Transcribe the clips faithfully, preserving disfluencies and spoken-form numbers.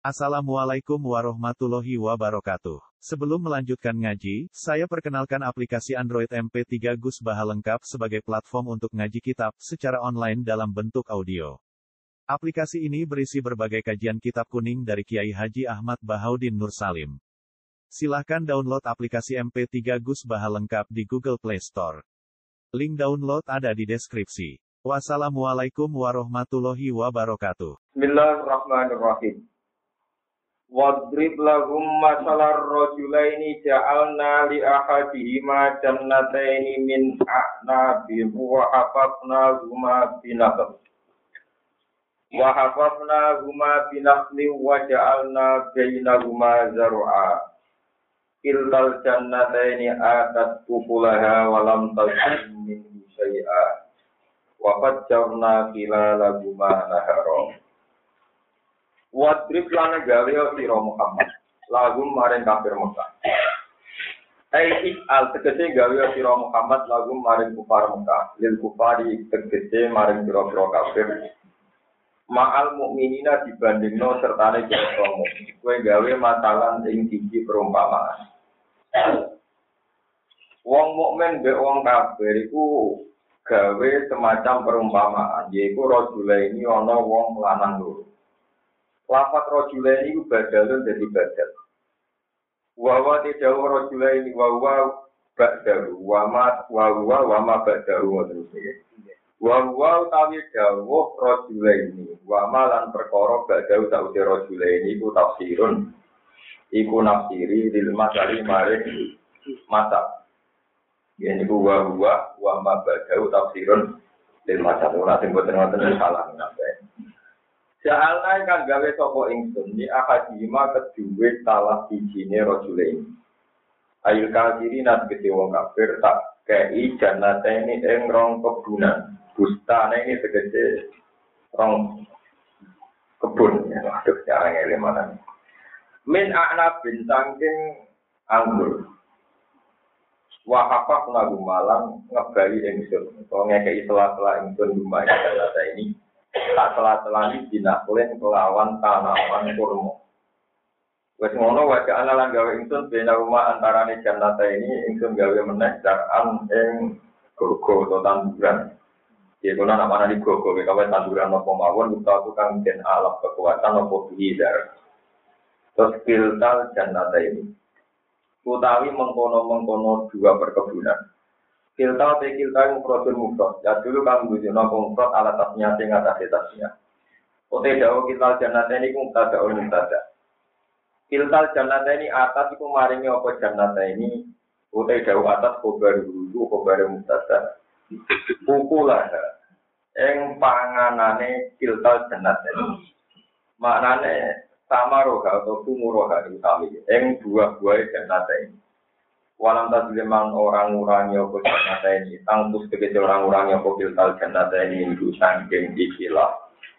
Assalamualaikum warahmatullahi wabarakatuh. Sebelum melanjutkan ngaji, saya perkenalkan aplikasi Android M P tiga Gus Baha lengkap sebagai platform untuk ngaji kitab secara online dalam bentuk audio. Aplikasi ini berisi berbagai kajian kitab kuning dari Kiai Haji Ahmad Bahaudin Nur Salim. Silahkan download aplikasi M P tiga Gus Baha lengkap di Google Play Store. Link download ada di deskripsi. Wassalamualaikum warahmatullahi wabarakatuh. Bismillahirrahmanirrahim. Wadrib lahum masalar rajulaini ja'alna li ahadihima jannataini min a'nabin wa hafafnahuma binaql wa hafafnahuma binaqli wa ja'alna bainahuma zar'a kiltal jannataini atat ukulaha wa lam tazlim min syai'a wa fajjarna khilalahuma nahara. Wadrib lana gawe sira Muhammad lagum maring kafir Mekah. Ai al tegese gawe sira Muhammad lagum maring kufar Mekah, lil kufari tegese maring pira-pira kafir. Ma'al mukminina dibandingno sertane jasa mukmin. Kowe gawe matalan ing siji perumpamaan. Wong mukmin mbek wong kafir iku gawe semacam perumpamaan, yaiku rajulaini ana wong lanang loro. Lafat rojulaini itu badalun dari badal. Wawa tidak rojulaini wawa badalu wama wawa wama badalu terus ya. Wawa tawi dawuh rojulaini wama lan perkara badalu tak udah rojulaini itu tafsirun. Iku nafsiri lil masari maring mata. Ya niku wawa wama badalu tafsirun lil mata. Ora sing boten wonten salah napa. Ja'alna kang gawe sapa ingsun ni ahadima kedue salah sijine rajulain. Ayul kafiri nat gede wong kafir tak kei jannatene ing rong kebunan. Bustane iki tegese rong kebun ya maksud cara ngene mana. Min a'nabin saking anggur. Wa hafaq lagu malang ngebali ingsun. Utawa ngekeki sela-sela ingsun lumah jannata ini. Tak telah-telani dinakulen kelawan tanaman kurma. Wes ngono wae ana lan gawe ingsun bena rumah antarane jannata ini ingsun gawe meneh daraan ing gogo utawa tanduran. Ya kono ana mana di gogo gawe tanduran apa mawon utawa tukang den alat kekuatan apa bidar. Terus kiltal jannata ini. Utawi mengkono-mengkono dua perkebunan. Kiltal te kiltal mufradun mufrad. Ya dulu kang nggunakan mufrad alat tasnya sing atas tasnya. Ote dawa kiltal jannata ini ku mubtada ul mubtada. Kiltal jannata ini atas iku maringi apa jannata ini. Ote dawa atas khobar dulu khobar mubtada. Pukulah ing panganane kiltal jannata ini. Maknane samaroha atau kumuroha utami ing buah-buah jannata ini. Walam tazliman orang-orang yang apa jannata ini tangtus tegese orang-orang yang apa kiltal jannata ini minggu sangking ikilah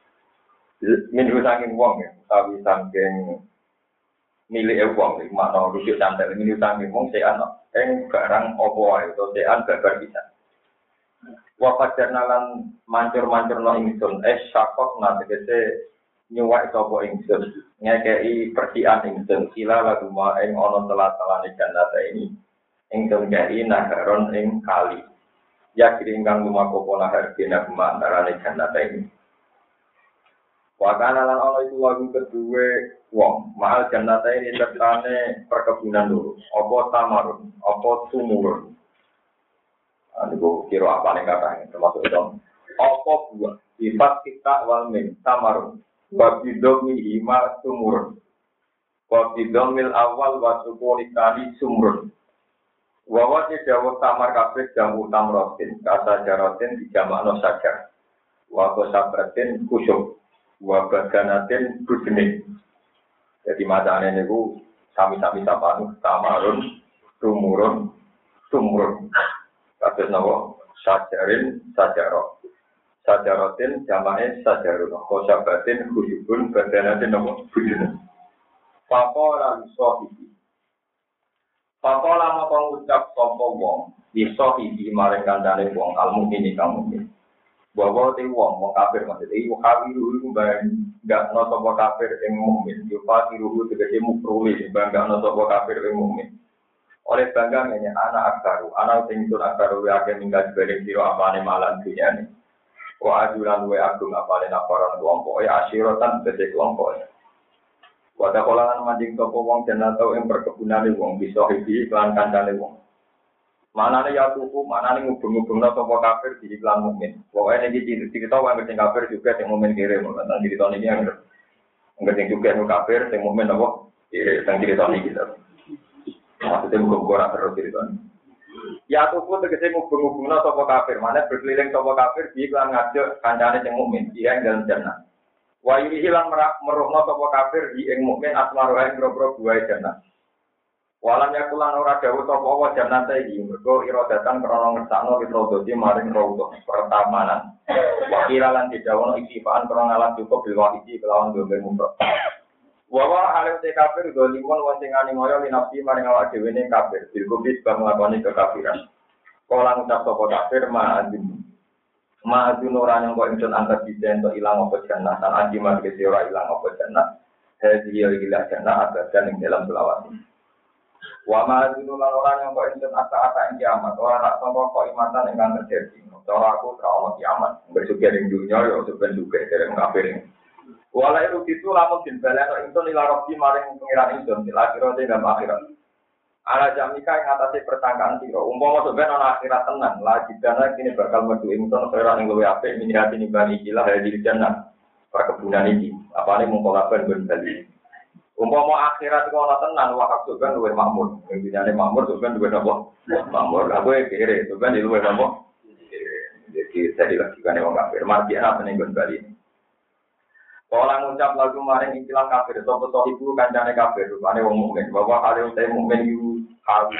minggu sangking wong ya tapi sangking milik wong iki makna rujuk santet minggu sangking wong sean ing barang apa wae utawa sean babar bisa wa fajarnalan mancur-mancurno ingsun es syaqaq nang tegese nyuwak sapa ingsun ngekeki persian ingsun sila lagu ma ing ana telat-telane jannata ini ingkang kari naharon ing kali. Ya kiri ingkang lumaku pola hargina kemantarane jannata ini. Wakana lan ana iku lagu kedue wong, mahal jannata ini tertane perkebunan dulu. Apa tamarun, apa sumurun. Niku kira apane katane termasuk itu. Apa buah, sifat kita wal min tamarun. Wa bidomi hima sumurun. Wa bidomil awal wa sukuni kali sumurun. Wawa tidak tamar kabeh jamu tamrotin, kata jarotin dijamakno saja. Wa kosabratin kusuk, wa baganatin budene. Jadi macane niku sami-sami sapanu tamarun, sumurun, sumurun. Kados napa? Sajarin, sajaro. Sajarotin jamake sajarun, kosabratin kusukun, baganatin napa? Budene. Pakola sohibi. Pakola mau pengucap sopo wong, iso hibi maring kandane wong almu ini kamu ini. Bahwa ti wong wong kafir maksud iki wong kafir iku enggak no sapa kafir ing mukmin. Yufa tiruhu tegese mukruli bangga no sapa kafir ing mukmin. Oleh bangga ngene anak akbaru, anak sing tur akbaru ya akeh minggat bareng sira apane malan dunyane. Wa ajulan wa agung apane naparan kelompok ya asyiratan tegese kelompok. Wada kolangan manjing sapa wong jenatau ing perkebunane wong bisa iki iklan kancane wong. Manane ya tuku, manane ngubung-ngubungna sapa kafir di iklan mukmin. Pokoke iki cerita wong sing kafir juga sing mukmin kire, nang cerita niki yang ngerti juga sing kafir sing mukmin apa? Kire sing cerita niki kita. Maksudnya muga-muga terus cerita. Ya tuku tegese ngubung-ngubungna sapa kafir, manane berkeliling sapa kafir di iklan ngajak kancane sing mukmin, dia ing dalem jannah. Wa yuhilan meruhna sapa kafir di ing mukmin asmaruha ing boro-boro buah jannah. Walam yakulan ora dawuh sapa wa jannah iki mergo iradatan krana ngersakno widrodoti maring rawuh pertamanan. Wa kiralan didhawuhna iktifaan krana lan cukup bil wahidi kelawan domir mumrah. Wa wa halu te kafir dolimun wa sing ani moyo linafsi maring awak dhewe ne kafir bil kubis bang nglakoni kekafiran. Kala ngucap sapa kafir ma'adzim Ma'adun orang yang kau ingin angkat biden untuk hilang apa jannah dan ajimat kesi orang hilang apa jannah hadi ya ilah jannah ada dan yang dalam selawat. Wa ma'adun orang yang kau ingin asa-asa yang kiamat orang tak sangka kau imatan yang akan terjadi. Cara aku trauma kiamat bersyukur yang dunia ya sebenarnya juga dari kafir ini. Walau itu itu lamun bin balen itu nilai rofi maring pengiran itu nilai akhirat dan akhirat. Ala jamika yang atasnya persangkaan siro. Umpama sebenarnya ana akhirat tenan. Lagi dana kini bakal medu ingsun seorang yang lebih apik minihati nimbani ikilah hadir jannah perkebunan ini. Apa ini mengkolaban berbalik. Umpama akhirat kau ana tenan wakak sebenarnya luwih makmur. Yang makmur sebenarnya luwih apa? Makmur. Aku ya kiri sebenarnya luwih apa? Jadi saya dilakukan yang kafir. Martian apa nih berbalik. Orang ngucap lagu maring ikilah kafir. Sopo-sopo ibu kancane kafir. Rupanya wong mukmin. Bahwa kalian saya mukmin itu hal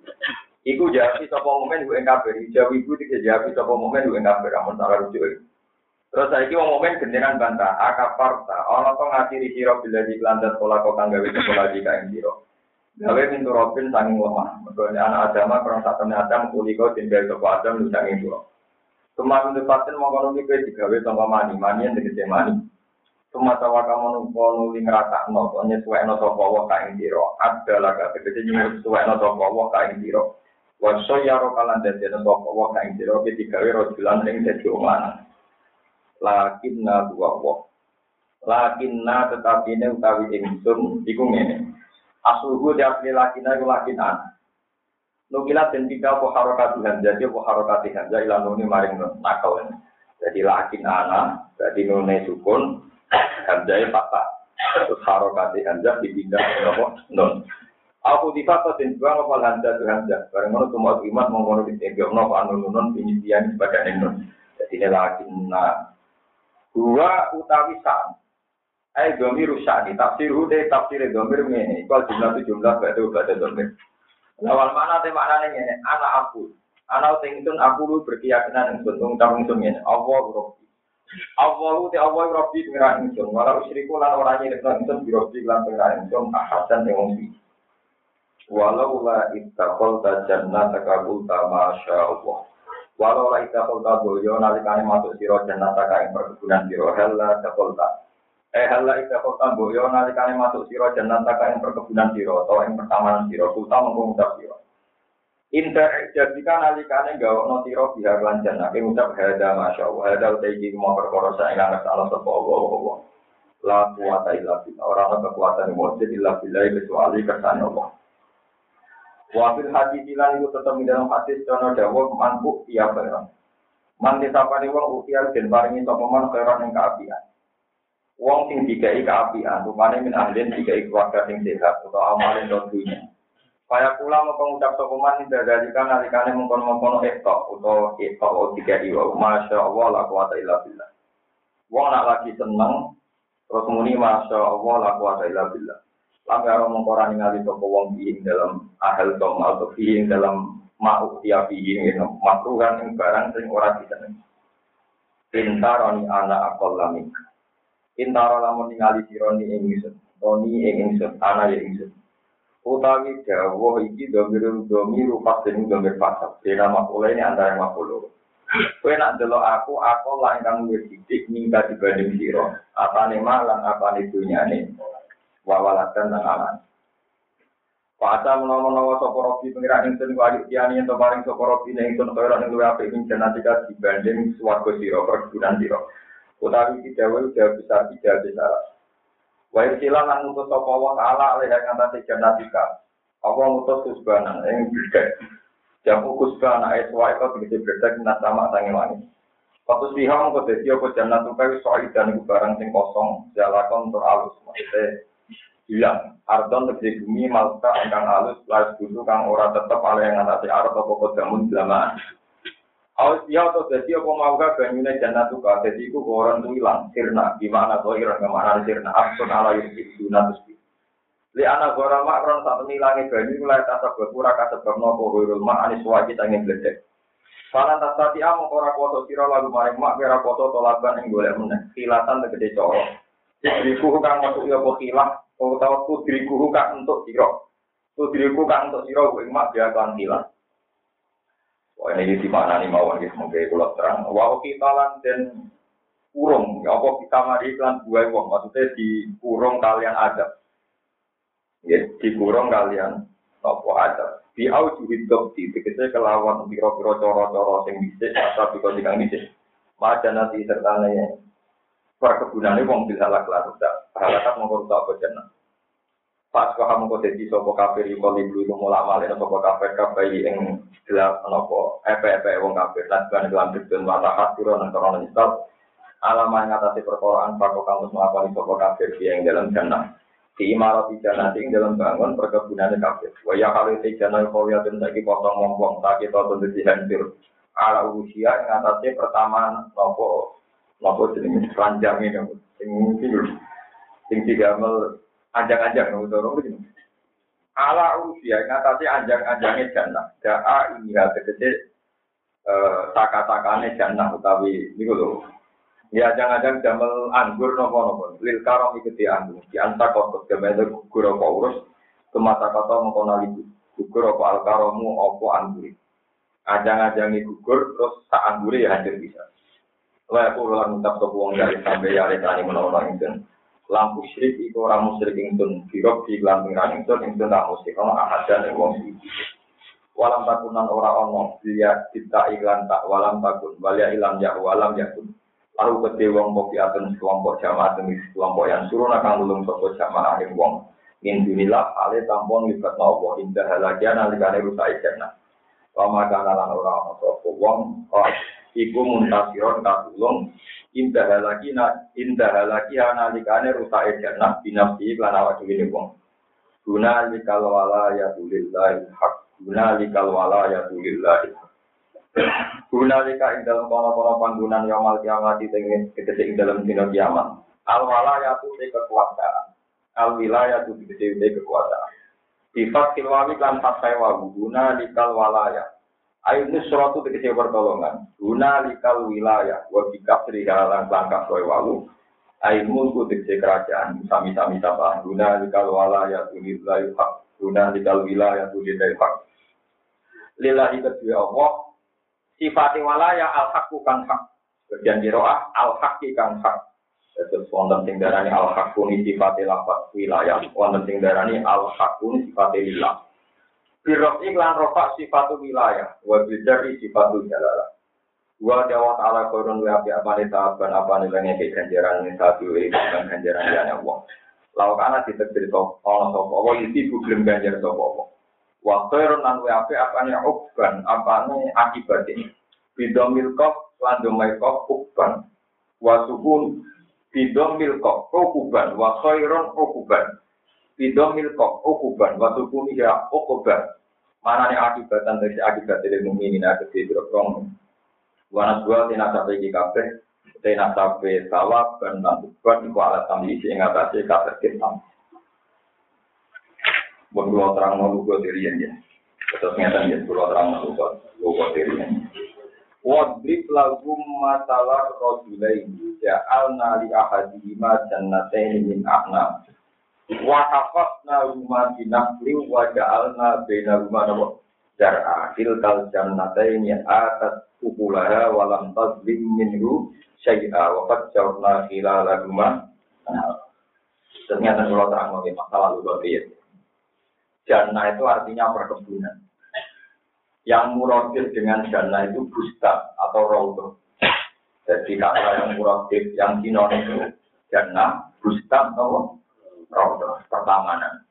iku jawi sapa mukmin ku ing kafir, jawi iku dijawi sapa mukmin ku ing kafir, amun salah rujuk. Terus saiki wong mukmin gendenan bantah, akafarta, ana to ngatiri sira bila diklandat pola kok kang gawe sekolah iki kae sira. Gawe mintu robin sanging lemah, mergo anak agama krana satene Adam kuliko tinggal sapa Adam sanging sira. Semakin tepaten mongko iki digawe tanpa mani, mani yang tegese mani. Sumata wakamu nuli ngratakno to nyesuwekno sapa wa kaing sira adalah tegese nyesuwekno sapa wa kaing sira wa sayaro kalan dadi sapa wa kaing sira iki digawe rojulan ing dadi wong lanang lakinna dua wa lakinna tetapine utawi ingsun iku ngene asluhu diapli lakinna iku lakinan nukilat den tiga apa harokat hamzah apa harokat hamzah ilanune maring nakal jadi lakin ana dadi nune sukun hamzah patah terus harokati hamzah dipindah ke nomor non. Aku difakot dan buang apa hamzah tu hamzah. Barang mana semua iman mengono ditengok nopo anu non penyisian sebagai non. Jadi ini lagi na dua utawi sam. Eh domir rusak di tafsir udah tafsir domir ini. Kalau jumlah tu jumlah berarti berarti domir. Lawal mana teh maknanya ini anak aku. Anak tinggal aku lu berkeyakinan yang bentuk tahun ini. Allah Rabbi. Allahu ta Allah Rabbi pengira ingsun wala usyriku lan ora nyirikna ingsun bi Rabbi lan pengira ingsun ahadan ing wong iki walau la ittaqal tajannata kabul ta masya Allah walau la ittaqal ta boyo nalikane masuk sira jannata ka ing perkebunan sira halla taqalta eh halla ittaqal ta boyo nalikane masuk sira jannata ka ing perkebunan sira utawa ing pertamanan sira kuta mengko ngucap sira Inter jadikan alikane gawokno sira biha lan jannah ing ucap hada masyaallah hada uti mau perkara sae lan salah sapa Allah la quwata illa billah ora ana kekuatan mujud illa billah kecuali kersane Allah wa fil hadis lan iku tetep ing dalam hadis ana dawuh manpu iya barang man disapane wong ukial den paringi sapa man khairan ing kaapian wong sing dikai kaapian rupane min ahlin dikai keluarga sing sehat utawa amalen dunya Kaya pula mau pengucap sokoman tidak dari kan alikane mengkono-mengkono ektok atau ektok atau tiga iwa. Masya Allah la quwata illa billah. Wong nak lagi seneng terus muni masya Allah la quwata illa billah. Lambe ora mengkorani ngali sapa wong ing dalam ahel tom atau ing dalam ma'u ya ing makruhan ing barang sing ora disenengi. Intaroni ana akal lamik. Intaro lamun ningali sironi ing ingsun. Toni ing ingsun ana ya ingsun. Utawi dawuh iki domir domir pasten domir pasal. Dina makula ini antara makula. Kowe nak delok aku, aku lah ingkang luwih sithik ningkat dibanding sira. Apane malan apane dunyane. Wawalatan nang alam. Pada menawa-menawa sapa robi pengira ingsun ku ayu tiyani ento paring sapa robi ning ingsun kaya ning luwih apik ing janatika dibanding swarga sira perkebunan sira. Utawi didawe udah besar tidak besar. Wa istilah lan ngutus sapa wa taala alih ngatasi janatika. Apa ngutus kusbanan ing bidek. Jamu kusbana eswa itu tegese bidek nang sama sange wangi. Patus pihang kok dadi apa janatuka wis soidan iku barang sing kosong, jalakon tur alus maksudnya hilang. Ardon tegese bumi malta ingkang alus laris butuh kang ora tetep ale ngatasi arep apa kodamun blamaan. Aus dia atau dadi apa mau ga banyune janatuka dadi iku koran tu ilang sirna di mana to ira kemana sirna absun ala yusi natus. Li ana gora makron sak nilange banyu mulai tasabur ora kasebab napa wirul mak anis waji tangi bledek. Salah tasati amung ora kuasa sira lalu maring mak ora kuasa tolaban ing golek meneh. Khilatan tegede coro. Diriku kang masuk ya apa khilah utawa kudriku kang entuk sira. Kudriku kang entuk sira ing mak dia kan khilah. Wah ini di mana nih mawon iki mongke kula terang. Wa kitalan den kurung ya apa kita mari iklan buah wong maksudnya di kurung kalian adab. Ya, dikurung kalian apa ada di aujuhid dokti tegese kelawan pira-pira cara-cara sing dhisik atau dikon dikang dhisik macana di sertane perkebunane wong bisa laku-laku tak halakat mongko tak apa jeneng pas paham kok dadi sapa kafir iku libru ulama lan sapa kafir kabeh ing gelap napa epe-epe wong kafir lan ban kelam dipun watahat pira nang karana istal alaman ngatasi perkoraan pakok kamus melakukan sapa kafir yang dalam jannah di imarat ijana ing dalam bangun perkebunan kafir. Waya kali ijana kaya den saiki potong wong-wong tak kita tentu dihancur. Ala usia ing atase pertama napa napa jenenge ranjang ini sing sing sing digamel anjang-anjang utawa ngono. Ala usia ing atase anjang-anjange jannah. Daa ini ha tegese eh taka-takane jannah utawi niku lho. Ya jangan-jangan damel anggur nopo-nopo. Lil karom iketi anggur. Di antar kotor. Kemudian gugur apa urus. Kemata kata mengkonali gugur apa al-karomu apa anggur. Ajang-ajangi gugur. Terus sak anggur ya hancur bisa. Lalu aku ulang minta sebuang dari sampai ya retani menolong ingsun. Lampu syrik itu orang musyrik ingsun. Birok di lamping ingsun. Ingsun tak musyrik. Kalau ahadan yang wong syrik. Walam takunan orang-orang. Lihat kita iklan tak. Walam takun. Walia ilam ya. Walam yakun. Lalu kedhe wong popiatun kelompok jamaah temis kelompok yang suruh nakang nulung sapa jamaah ing wong indunilah ale tampon libat nopo indah halagian alikane rusak jannah lama kana lan ora ana sapa wong iku muntasiron katulung indah halagina indah halagian alikane rusak jannah binafsi lan awak dhewe wong guna likal wala ya tulillahi haq guna likal wala ya tulillahi guna lika ing dalam kono-kono panggunan yamal kiamat ing tegese ing dalam dina kiamat al walayatu te kekuasaan al wilayatu tegese te kekuasaan sifat kilwawi lan fathai wa guna likal walaya ayu nusratu tegese pertolongan guna likal wilayah wa bikafri halan langkah kowe walu ayu mulku tegese kerajaan sami-sami sapa guna likal walaya tulillahi haq guna likal wilayah tulillahi haq lillahi kedua Allah sifat walaya al-haqqu kan hak. Bagian qiraah al-haqqi kan hak. Terus wonten sing darani al-haqqu ni sifat lafaz wilayah, wonten sing darani al-haqqu ni sifat lillah. Birok iklan rofa sifat wilayah, wa bidari sifat jalalah. Wa dawa ta'ala qurun wa bi apane taban apane lene ke ganjaran ning satu iki kan ganjaran ya Allah. Lawa kana ditetirto ana sapa apa iki problem ganjar sapa apa. Wa khairun lan wa ape apane ukban apane akibate bidomil qaf lan domai qaf ukban wa sukun bidomil qaf ukban wa khairun ukban bidomil qaf ukban wa sukun ya ukban manane akibatan dari akibat dari mukminin akeh dirokong wa naswa dina sampai iki kabeh dina sampai sawab dan ukban iku alat tamyi sing ngatasi kabeh kita. Buat terang mau lugu dirian ya, terus ngeten ya, buat terang mau lugu lugu dirian. Wadrib lagu masalah rojulain, ya alna li ahadihima jannatain min a'nam. Wahafafna rumah dinakli wa ja'alna bina rumah nabo. zar'a tilkal jannatain ya atat ukulaha wa lam tazlim minhu syai'a wa fajjarna khilalahuma. Ternyata kalau terang lagi masalah luar biasa. Jannah itu artinya perkebunan. Yang muradif dengan jannah itu bustan atau raudhah. Jadi kata yang muradif yang sinonim itu jannah, bustan atau raudhah, pertamanan.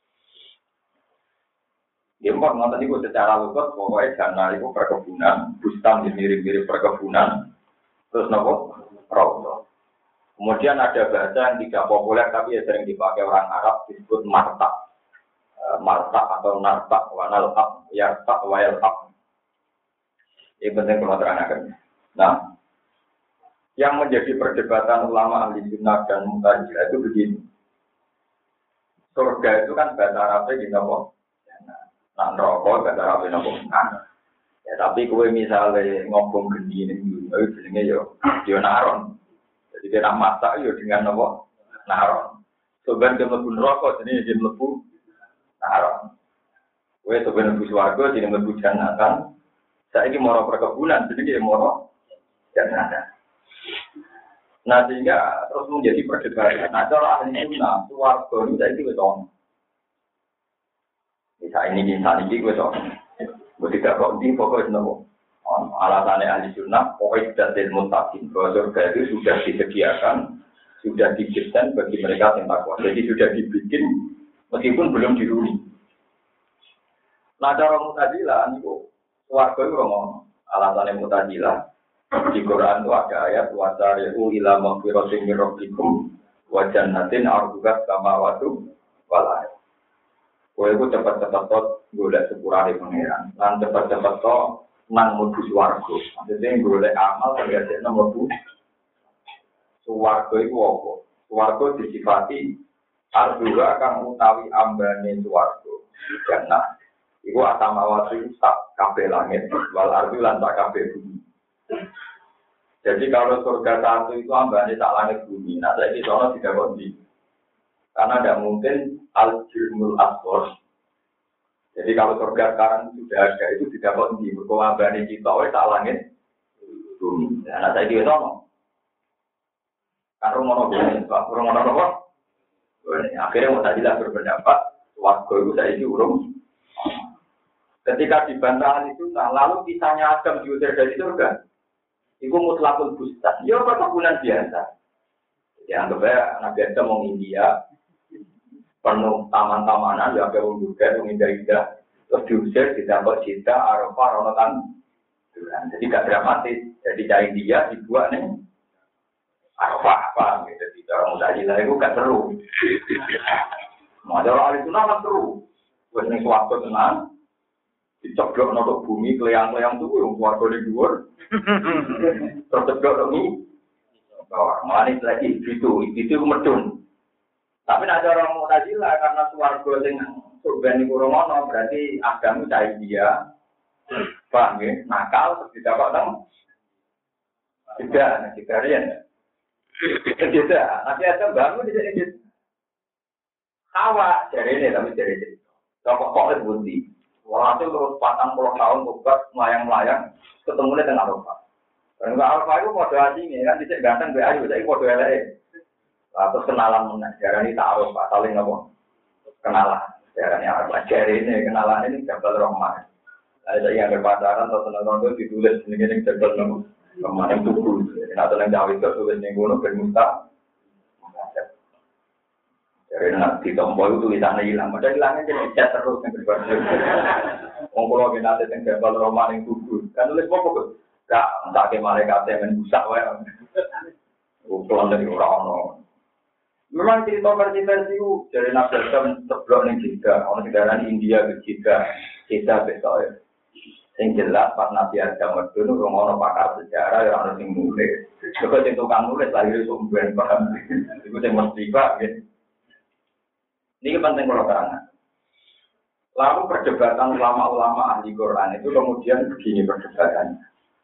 Ya, Mbak, nonton itu secara lugas, pokoknya jannah itu perkebunan, bustan mirip-mirip perkebunan, terus nopo raudhah. Kemudian ada bahasa yang tidak populer tapi ya sering dipakai orang Arab disebut martak, e, martak atau nartak, wanal ab, yartak, wayal ab. Ini penting kalau terangkan. Nah, yang menjadi perdebatan ulama ahli sunnah dan mu'tazilah itu begini. Surga itu kan bahasa Arabnya gini apa? Nah, neraka bahasa Arabnya apa? Nah, ya tapi kowe misalnya ngobong geni ini, itu jenenge yo, yo naron. Jadi dia nak masak yo dengan apa? Naron. Soben dia mlebu neraka jenenge dia mlebu naron. Kowe soben mlebu swarga jenenge mlebu jannatan. Saiki moro perkebunan jenenge dia moro jannatan. Nah sehingga terus menjadi perdebatan. Nah cara ahli sunnah swarga itu saiki wis ono. Bisa ini bisa ini wis ono. Wis tidak kok di pokok nopo. Alasannya ahli sunnah, pokoknya sudah dilmutakin, bahwa surga itu sudah disediakan, sudah didesain bagi mereka yang takwa. Jadi sudah dibikin, meskipun belum diruni. Nah, cara Mu'tazilah, itu warga itu ngomong, alasannya Mu'tazilah, di Quran itu ada ayat, وَسَارِعُوا إِلَى مَغْفِرَةٍ مِنْ رَبِّكُمْ وَجَنَّةٍ عَرْضُهَا السَّمَاوَاتُ وَالْأَرْضُ. Kowe itu cepat-cepat golek sepurane pangeran, lan cepat-cepat nang mlebu swarga. Maksudnya golek amal terjadi nang mlebu swarga iku apa? Swarga disifati arduha kang utawi ambane swarga. Jannah. Iku atamawati sak kabeh langit, wal ardi lan sak kabeh bumi. Jadi kalau surga satu itu ambane sak langit bumi. Nah, saiki sono tidak kondi. Karena tidak mungkin al-jirmul asghar. Jadi kalau surga sekarang sudah ada itu tidak kok di berkembang kita oleh tak langit bumi. Nah saya juga sama. Kan rumah nopo, pak rumah nopo apa? Akhirnya mau tadi lah berpendapat waktu itu saya itu urung. Ketika dibantah itu, nah lalu kisahnya Adam diusir dari surga. Itu mutlakul bustan. Ya perkebunan biasa. Jadi anggapnya Nabi Adam mau India. Penuh taman-tamanan, ya ada orang juga, orang indah-indah. Terus diusir, didapat cinta, arafah, ronotan. Jadi gak dramatis. Jadi cari dia, dibuat nih. Arafah, apa? Jadi orang Mu'tazilah itu gak seru. Ada orang ahli sunnah kan seru. Terus nih suatu tenang. Dicoblok notok bumi, keliang-keliang itu, yang keluarga di luar. Terus ceblok ini. Malah lagi, itu, itu medun. Tapi ada orang Mu'tazilah karena swarga sing surga niku romono berarti agama cai dia. Paham nggih? Nakal terus didapat nang. Tidak, dikarian. Tidak, nanti ada bangun di sini. Hawa dari ini tapi dari ini. Kok kok bundi. Walhasil terus patang puluh tahun tugas melayang-melayang ketemunya dengan Arafah. Dan Arafah itu kode asingnya kan dicek ganteng be ayu, jadi kode elek. Terus kenalan mengajar ini taruh pak saling apa kenalan sejarahnya apa jari ini kenalan ini Jabal Rahman ada yang berpacaran atau senang itu ditulis ini ini Jabal Rahman yang tubuh atau yang jauh itu tulis yang gunung bermusta jari nanti tombol itu tulisannya hilang padahal hilangnya jadi cat terus yang berbeda ngomong nanti yang Jabal Rahman yang tubuh kan tulis apa gak entah ke malaikat yang busak wae ukuran dari orang-orang. Memang cerita versi-versi itu dari Nabi Adam seblok ning Jeddah, orang negara India ke Jeddah, Jeddah besok. Yang jelas pas Nabi Adam itu orang orang pakar sejarah yang harus nulis. Juga yang tukang nulis lahir sumber paham. Itu yang mesti pak. Ini penting kalau karangan. Lalu perdebatan ulama-ulama ahli Quran itu kemudian begini perdebatannya.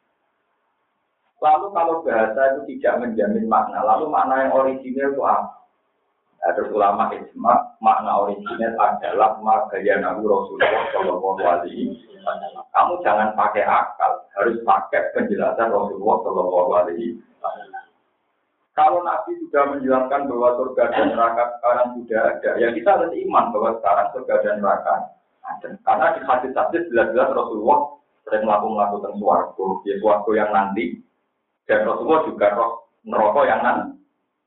Lalu kalau bahasa itu tidak menjamin makna, lalu makna yang original itu apa? Nah, terus ulama ijma makna original internet adalah magayana Rasulullah Shallallahu Alaihi Wasallam. Kamu jangan pakai akal, harus pakai penjelasan Rasulullah Shallallahu Alaihi Wasallam. Kalau Nabi sudah menjelaskan bahwa surga dan neraka sekarang sudah ada, ya kita harus iman bahwa sekarang surga dan neraka ada. Karena di hadis-hadis jelas-jelas Rasulullah sering melakukan suarga, ya suarga yang nanti, dan Rasulullah juga roh neraka yang nanti.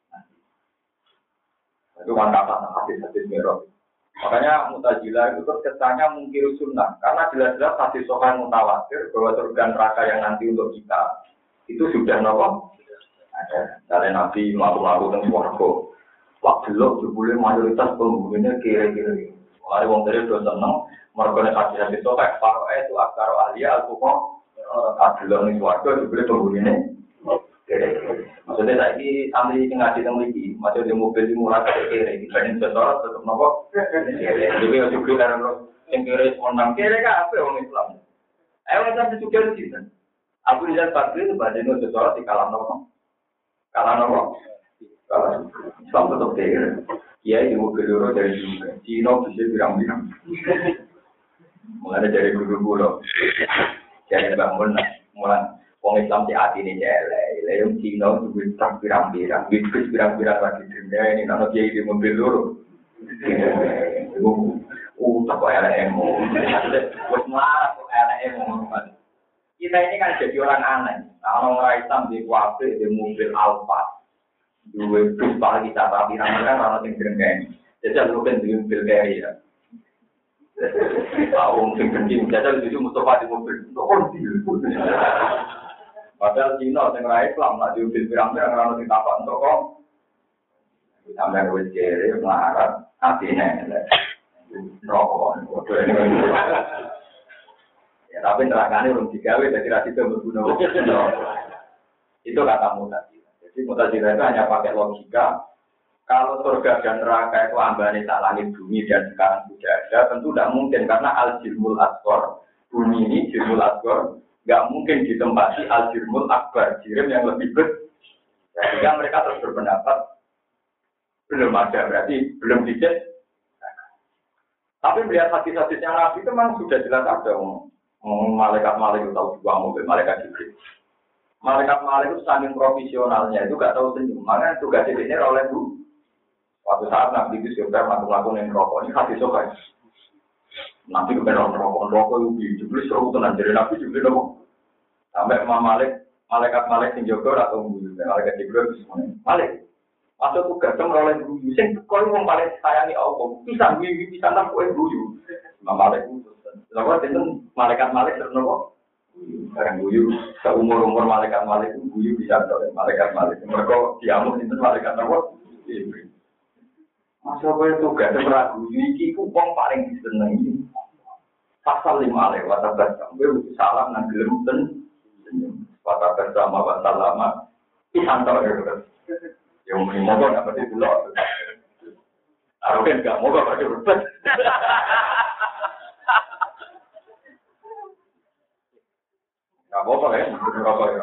Itu kan kata hadis-hadis Mi'raj. Makanya Mu'tazilah itu kesannya mungkir sunnah, karena jelas-jelas hadis sahih mutawatir bahwa surga neraka yang nanti untuk kita itu sudah nopo. Ada, dari Nabi melakukan suaraku. Waktu lo jubulnya mayoritas penghuninya kira-kira. Mulai wong dari udah seneng, mereka hadis-hadis sahih. Kalau itu akar ahli al-fuqah, adilon ini suaraku jubulnya penghuninya. Maksudnya saya ini ambil ngaji tentang lagi, macam di mobil di mulai kira-kira. Dibanding sesuatu tetap nopo. Jadi kalau jubulnya karena lo yang kira menang kira-kira apa orang Islam? Ayo kita juga di sini. Abu Rizal Bakri itu bandingnya sesuatu di kalam nopo. Kalau nopo, kalau Islam tetap kira, ya ilmu kedua dari Cina bisa bilang-bilang. Mulai dari guru-guru, dari bangun, mulai orang Islam di hati ini jelek. Yang Cina juga tak bilang-bilang, bisnis bilang-bilang lagi dunia ini, kalau dia di mobil dulu, uh, tak kok L M O, buat marah kok L M O. Kita ini kan jadi orang aneh. Nah, orang Islam di kuape di mobil Alfa, dua bus paling kita rapi ramai orang yang gerengeng. Jadi bukan di mobil carry ya. Tahu mungkin kencing. Jadi itu Mustafa di mobil. Tokon di. Padahal Cina yang raih Islam lah di mobil pirang-pirang orang yang tapak tokon. Sampai ke carry melarat hatinya. Rokok. Ya, tapi nerakane belum digawe, jadi rasi itu berguna. Itu kata Mu'tazilah. Jadi Mu'tazilah itu hanya pakai logika. Kalau surga dan neraka itu ambane tak langit bumi dan sekarang sudah ada, tentu tidak mungkin karena al-jirmul asghar, bumi ini jirmul asghar, nggak mungkin ditempati al-jirmul akbar, jirim yang lebih besar. Sehingga mereka terus berpendapat belum ada, berarti belum dijad. Tapi melihat hadis-hadisnya Nabi itu memang sudah jelas ada. Malaikat-malaikat tahu juga mobil malaikat Jibril. Malaikat-malaikat itu saking profesionalnya itu gak tahu senyum. Makanya tugas ini oleh Bu. Waktu saat Nabi itu sudah melakukan yang rokok ini hati sokai. Nabi itu benar rokok, rokok itu Jibril suruh tenang jadi Nabi Jibril rokok. Sampai Malik, malaikat-malaikat yang jaga atau Bu, malaikat Jibril semuanya. Malik, masuk tugas oleh Bu. Sing kau yang paling sayangi Allah. Bisa Bu, bisa tak kau Bu. Malik itu. Lalu itu malaikat-malaikat ternopo. Sekarang guyu, seumur-umur malaikat-malaikat itu guyu bisa oleh malaikat-malaikat. Mereka diamuk itu malaikat nopo. Masa gue itu gak ada meragu, ini kupong paling disenangi. Pasal lima lewat atas sampai salam nang gelem ten. Pada bersama pasal lama, isantar ya. Yang menimohon apa sih dulu? Arogan gak mau gak pada berbeda. Gak apa-apa ya, berapa ya.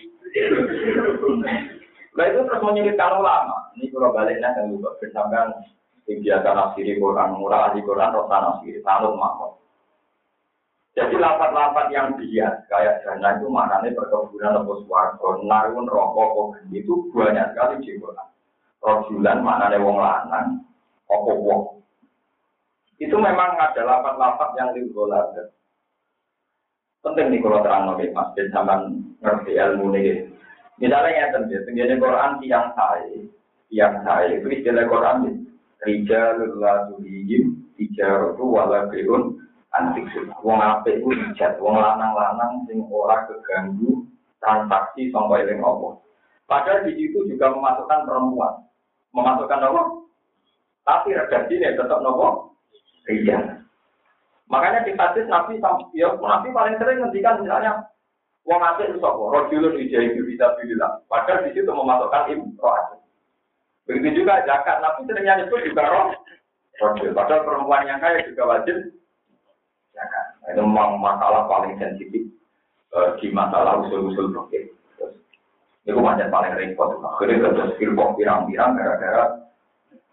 Nah itu terus menyulitkan ulama. Ini kalau baliknya kan juga bersamkan biasa nafsiri Quran, murah ahli Quran, rosa nafsiri, sanut makhluk. Jadi lapat-lapat yang bias kayak dana itu maknanya perkebunan atau suarga, narun rokok, kopi itu banyak sekali di Quran. Rojulan maknanya wong lanang, opo wong. Itu memang ada lapat-lapat yang digolat. Penting nih kalau terang lagi mas, dan sampai ngerti ilmu nih. Misalnya yang terjadi, tenggine Quran tiang saya, tiang saya itu istilah Quran ini. Rijalul ladulihim, tijaratu walabiun, antiksul. Wong ape itu dijat, wong lanang-lanang sing ora keganggu transaksi sampai eling Allah. Padahal di situ juga memasukkan perempuan, memasukkan apa? Tapi redaksinya tetap nopo rijal. Makanya di hadis Nabi, ya Nabi paling sering ngendikan misalnya wong apik itu sapa? Rajulun ijaibu fisabilillah. Padahal di situ memasukkan imro'at. Begitu juga zakat Nabi seringnya nyebut juga roh. Rajul. Padahal perempuan yang kaya juga wajib zakat. Itu memang masalah paling sensitif uh, di masalah usul-usul fikih. Itu macam paling repot. Akhirnya terus firqah pirang-pirang gara-gara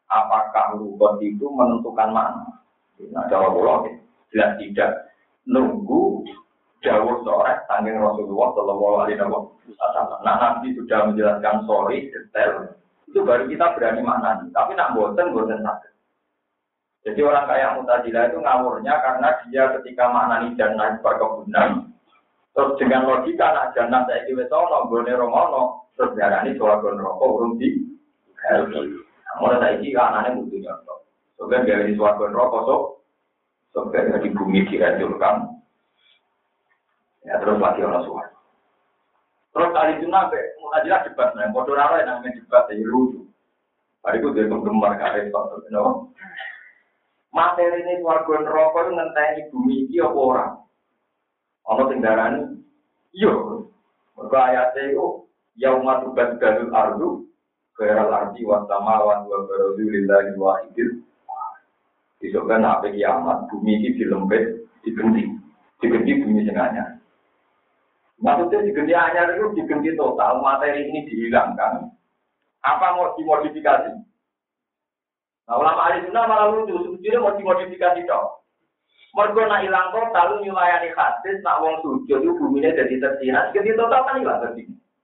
apakah lughat itu menentukan makna? Nah, jawab Allah jelas tidak. Nunggu jauh sore saking Rasulullah Shallallahu Alaihi Wasallam. Nah, Nabi sudah menjelaskan sorry detail, itu baru kita berani maknani. Tapi nak bosen bosen sakit. Jadi orang kayak Mu'tazilah itu ngawurnya karena dia ketika maknani jannah perkebunan, terus dengan logika nak jannah saya kira sono, gone romono, terus darani suarakan rokok urung di. Mulai saya ini kanannya butuh nyontok. Sebenarnya dari suarakan rokok sok, sebenarnya di bumi dihancurkan. Ya terus lagi orang suara. Terus kali itu nabe, Mu'tazilah debat, nah bodoh rara yang namanya debat jadi lucu. Hari itu dia penggemar karet satu, no. Materi ini suarakan rokok itu ngenteni bumi ini apa orang? Ono tinggalan, yo. Mereka ayatnya itu, yauma tubadalul ardu khairal ardi wa samawati wa barazu lillahi wahidil. Besok kan apa kiamat, bumi ini dilempit, digenti. Digenti bumi sengaja. Maksudnya digenti anyar itu digenti total, materi ini dihilangkan. Apa mau dimodifikasi? Nah, ulama ahli sunnah malah lucu, sebetulnya mau dimodifikasi toh. Mereka nak hilang total, nyulayani hadis, nak wong sujud itu buminya jadi tersirat, digenti total kan hilang tadi.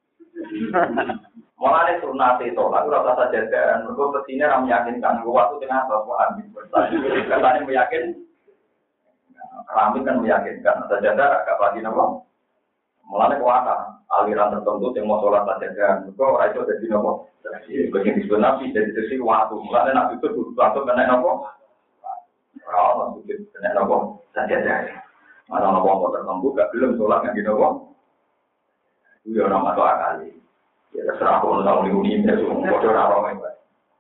Mulai sunat itu, aku rasa saja dan mereka kesini ram meyakinkan waktu tengah bahwa habis bertanya, katanya meyakin, kami kan meyakinkan saja ada agak pagi nama, mulai kuasa aliran tertentu yang mau sholat saja dan mereka itu jadi nama, begini disebut nabi jadi sesi waktu, mulai nabi itu waktu kena nama, kalau nabi kena nama saja dan mana nama tertentu gak belum sholat yang gitu nama, itu ya nama doa kali. Ya terserah pun tahun ini ini semua bodoh orang yang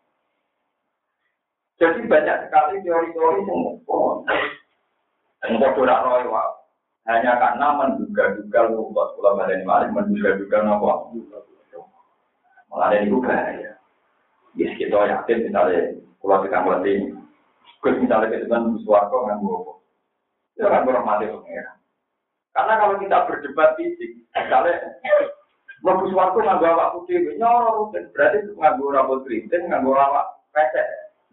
jadi banyak sekali teori-teori yang yang bodoh orang hanya karena menduga-duga lupa sekolah badan malik menduga-duga apa malah ada juga ya yes kita yakin misalnya kalau kita ngerti kalau misalnya kita kan suarco nggak bohong itu kan bermati pengira karena kalau kita berdebat fisik misalnya Mlebu swarga nganggo awakku dhewe nyoro berarti nganggo rambut keriting, nganggo awak pesek.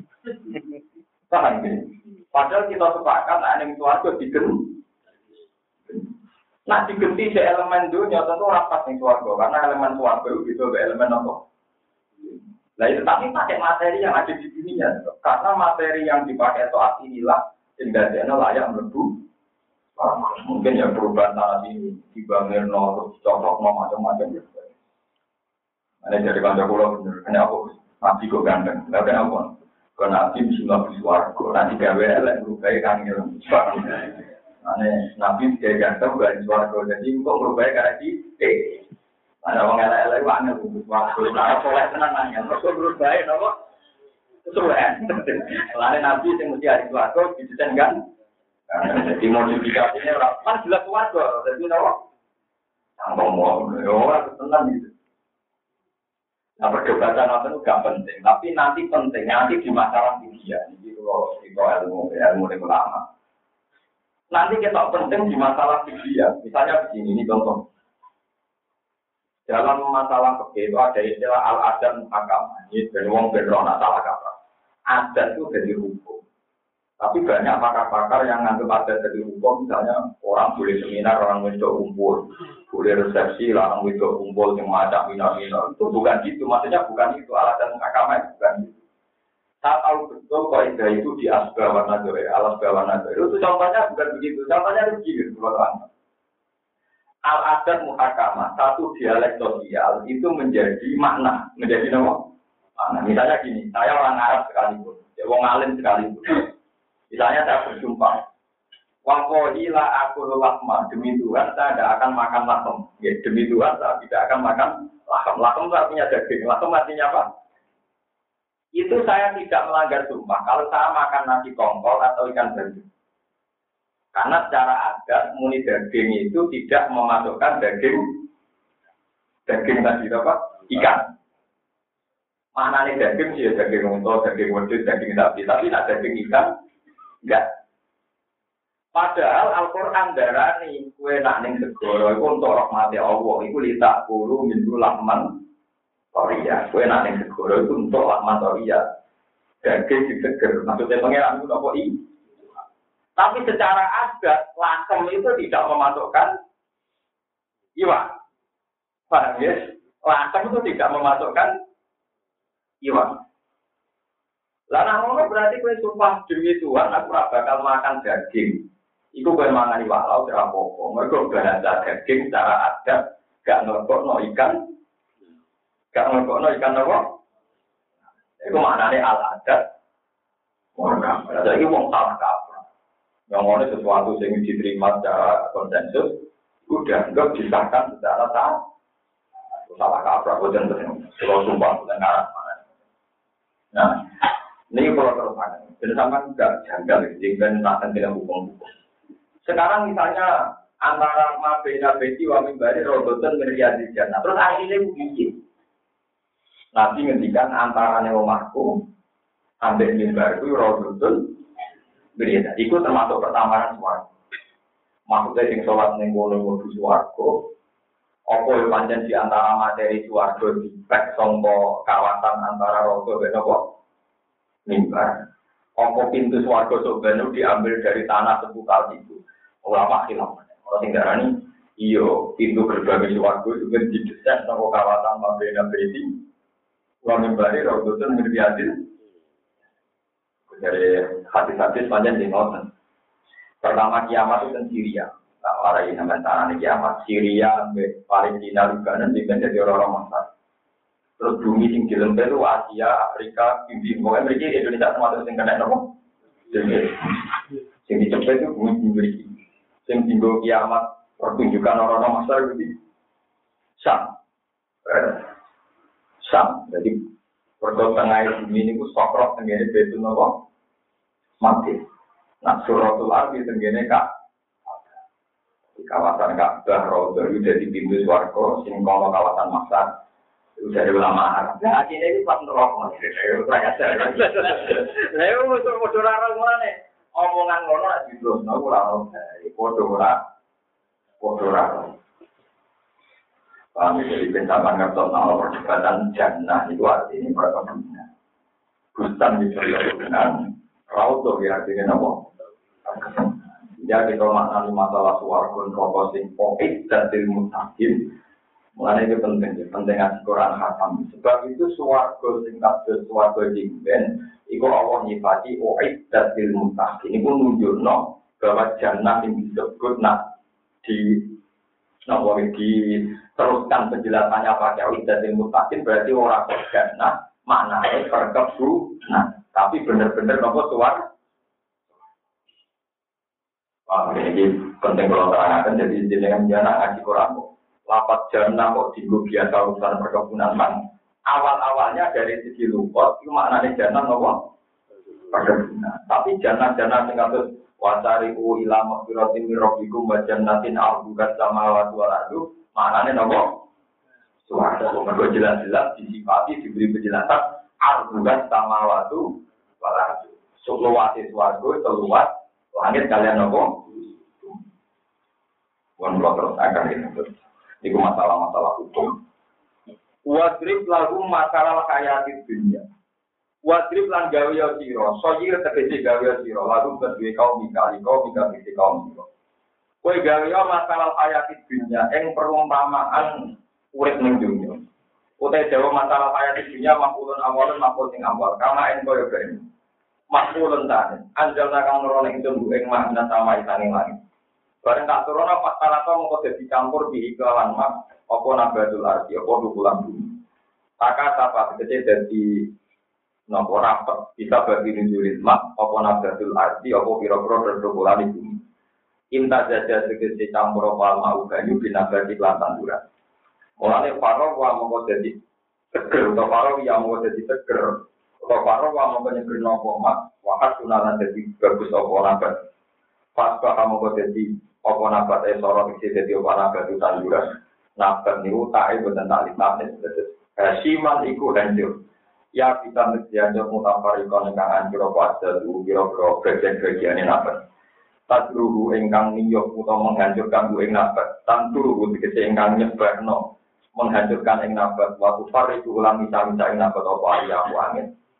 Paham ya? Padahal kita sepakat nek ning swarga digen. Nah digenti se elemen dunya tentu ora pas ning swarga karena elemen swarga itu beda be elemen apa. Lah itu tapi pakai materi yang ada di dunia. Karena materi yang dipakai saat inilah sing dadekno layak mlebu. Mungkin ya perubahan tanah ini dibangun terus cocok macam-macam. Ada dari kantor pulau bener, kenapa? Nabi kok ganteng, nggak kenapa? Karena Nabi bismillah biswargo, nanti gawe elek berubah kan gitu. Ane Nabi kayak ganteng gak biswargo, jadi kok berubah kayak di eh. Ada orang elek-elek wangi biswargo, nah soleh tenang nanya, kok berubah apa? Kesulitan. Lain Nabi yang mesti hari biswargo didesain kan? Jadi modifikasinya kan jelas warga, jadi nawa. Tanggung mau, orang tenang gitu. Nah perdebatan itu gak penting, tapi nanti penting nanti di masalah dia. Jadi kalau itu ilmu ilmu yang lama. Nanti kita penting di masalah dia. Misalnya begini, ini contoh. Dalam masalah fikih itu ada istilah al-adat muhakam. Ini beruang berona salah kata. Adat itu jadi hukum. Tapi banyak pakar-pakar yang nganggap adat jadi hukum, misalnya orang boleh seminar, orang wedok kumpul, boleh resepsi, orang wedok kumpul yang macam minor-minor. Itu bukan gitu, maksudnya bukan itu, alasan muhakamah bukan gitu. Saya tahu betul kaidah itu di asbab wa nadhari, alasbab wa nadhari. Itu contohnya bukan begitu, contohnya itu begini, teman-teman. Al-adat muhakamah, satu dialek sosial itu menjadi makna, menjadi nama. Makna. Misalnya gini, saya orang Arab sekalipun, ya orang alim sekalipun. Misalnya saya berjumpa, wakohila aku lakma, demi Tuhan saya tidak akan makan lakem. Ya, demi Tuhan saya tidak akan makan lakem. Lakem itu artinya daging. Lakem artinya apa? Itu saya tidak melanggar sumpah. Kalau saya makan nasi kongkol atau ikan bandeng. Karena secara adat muni daging itu tidak memasukkan daging daging tadi apa? Ikan. Mana nih daging sih? Daging untuk, daging wedus, daging sapi. Tapi tidak daging ikan. Enggak. Padahal Al-Qur'an darani kue nak ning segara iku untuk rahmati Allah, iku litak puluh minggu lakman Toria. Kue nak ning segara iku untuk lakman Toria. daging diseger. Maksudnya pengeran itu apa i? Tapi secara adat, lakem itu tidak memasukkan iwan. Paham ya? Lakem itu tidak memasukkan iwan. Lah namun berarti kowe sumpah demi Tuhan aku ora bakal makan daging. Iku kowe mangan iwak laut ora apa-apa. Mergo bahasa daging secara adat gak ngelokno ikan. Gak ngelokno ikan apa? Iku maknane al-adat. Ora. Jadi wong salah kaprah. Yang ono sesuatu sing diterima secara konsensus udah enggak disahkan secara sah. Salah kaprah boten terus sumpah dengar. Nah, ini kalau terus jadi sampai enggak janggal, jadi kan tidak hukum-hukum. Sekarang misalnya antara mabena beti wa mimbari rodoten meriadi jannah, terus akhirnya begini. Nabi ngendikan antara omahku ambek mimbar itu rodoten meriadi. Itu termasuk pertamaran suara. Maksudnya yang sholat ning kono mlebu swarga. Apa yang panjang di antara materi suarga di pek songko kawasan antara rodo dan apa? Mimbar. Apa pintu suarga sebenarnya diambil dari tanah seputar itu. Ulama khilaf. Orang tinggal ini, iyo pintu gerbang suarga juga didesain sama kawasan Mabena Beti. Orang mimbari rodo itu meriadil. Dari hadis-hadis panjang di Noten. Pertama kiamat itu kan Syria. Tak warai nama tanah kiamat Syria, Palestina juga nanti menjadi orang-orang Mesir. Terus bumi sing dilempar itu Asia, Afrika, India, Amerika, Indonesia termasuk sing kena nopo. Sing dicepet itu bumi diberi. Sing tinggal kiamat pertunjukan orang-orang Mesir itu Sam. Sam. Jadi perkara bumi ini ku sokrok tenggene betul nopo mati. Nah suratul ardi tenggene kak. Di kawasan Ka'bah Raudhah itu jadi pintu swarga sing kono kawasan Makkah itu dari ulama Arab. Nah, akhirnya ini pas neraka. Saya tanya saya. Saya musuh musuh orang mana? Omongan ngono nak diterus, nak ulang. Podo ora, podo ora. Kami jadi pencaman ngertos nama perdebatan jannah itu artinya perkebunan. Bustan diperlukan dengan Raudhah ya artinya apa? Ya kita maknani masalah suarga rokok sing poik dan ilmu takim. Mulanya itu penting, penting ngaji Quran hatam. Sebab itu suarga sing kabeh suarga jingben, iku Allah nyifati poik dan ilmu takim. Ini pun nunjukno bahwa jannah yang disebut nak di nak di teruskan penjelasannya pakai poik dan ilmu takim berarti orang jannah maknanya perkebunan. Tapi benar-benar nopo suarga. Ini penting kalau terangkan, jadi jenengan jana ngaji Quran kok. Lapat jana kok digo biasa urusan perkebunan kan. Awal-awalnya dari segi luput, itu maknanya jana nopo perkebunan. Tapi jana-jana yang kasus wasari'u ila maghfiratin min rabbikum wa jannatin arduha samawati wal ardu, maknanya nopo suara. Mergo jelas-jelas disifati diberi penjelasan arduha samawati wal ardu. Seluas swarga seluas langit kalian nopo. Bukan belum terus akan itu. Itu masalah-masalah hukum. Wadrib lagu masalah hayati dunia. Wadrib lan gawe siro. Soyir tegesi gawe siro. Lagu kedua kaum mikali kau mikali kaum siro. Kue gawe masalah hayati dunia. Yang perumpamaan urip ning dunia. Utai jawa masalah hayati dunia makulun awalun makul sing awal. Karena yang kau yoga ini. Makulun tani. Anjal nakang nuroning tunggu ing makna sama itaning langit. Barang tak turun apa salah kau mau jadi campur di iklan mak, apa nabatul arti, apa dukulan bumi. Taka apa kecil jadi nopo rapat bisa bagi nujurin mak, apa nabatul arti, apa kira-kira berdukulan di bumi. Inta jaja segede campur apa mau kayu binabati kelantan duran. Mulanya paro wa mau jadi seger, atau paro yang mau jadi seger, atau paro wa mau nyeger nopo mak, wakat sunalan jadi bagus apa nabat. Pas kamu kau jadi apa nabat eh sorot isi jadi apa nabat itu tanduran nabat niu tak ibu dan tak lipatnya siman iku hancur ya kita mesti hancur mutafar ikon engkang hancur apa ada dulu kira-kira bagian-bagian nabat tadruhu engkang niyok atau menghancurkan bu ing nabat tanturuhu dikese engkang nyebar no menghancurkan ing nabat waktu far itu ulang misa-misa ing nabat apa ayamu angin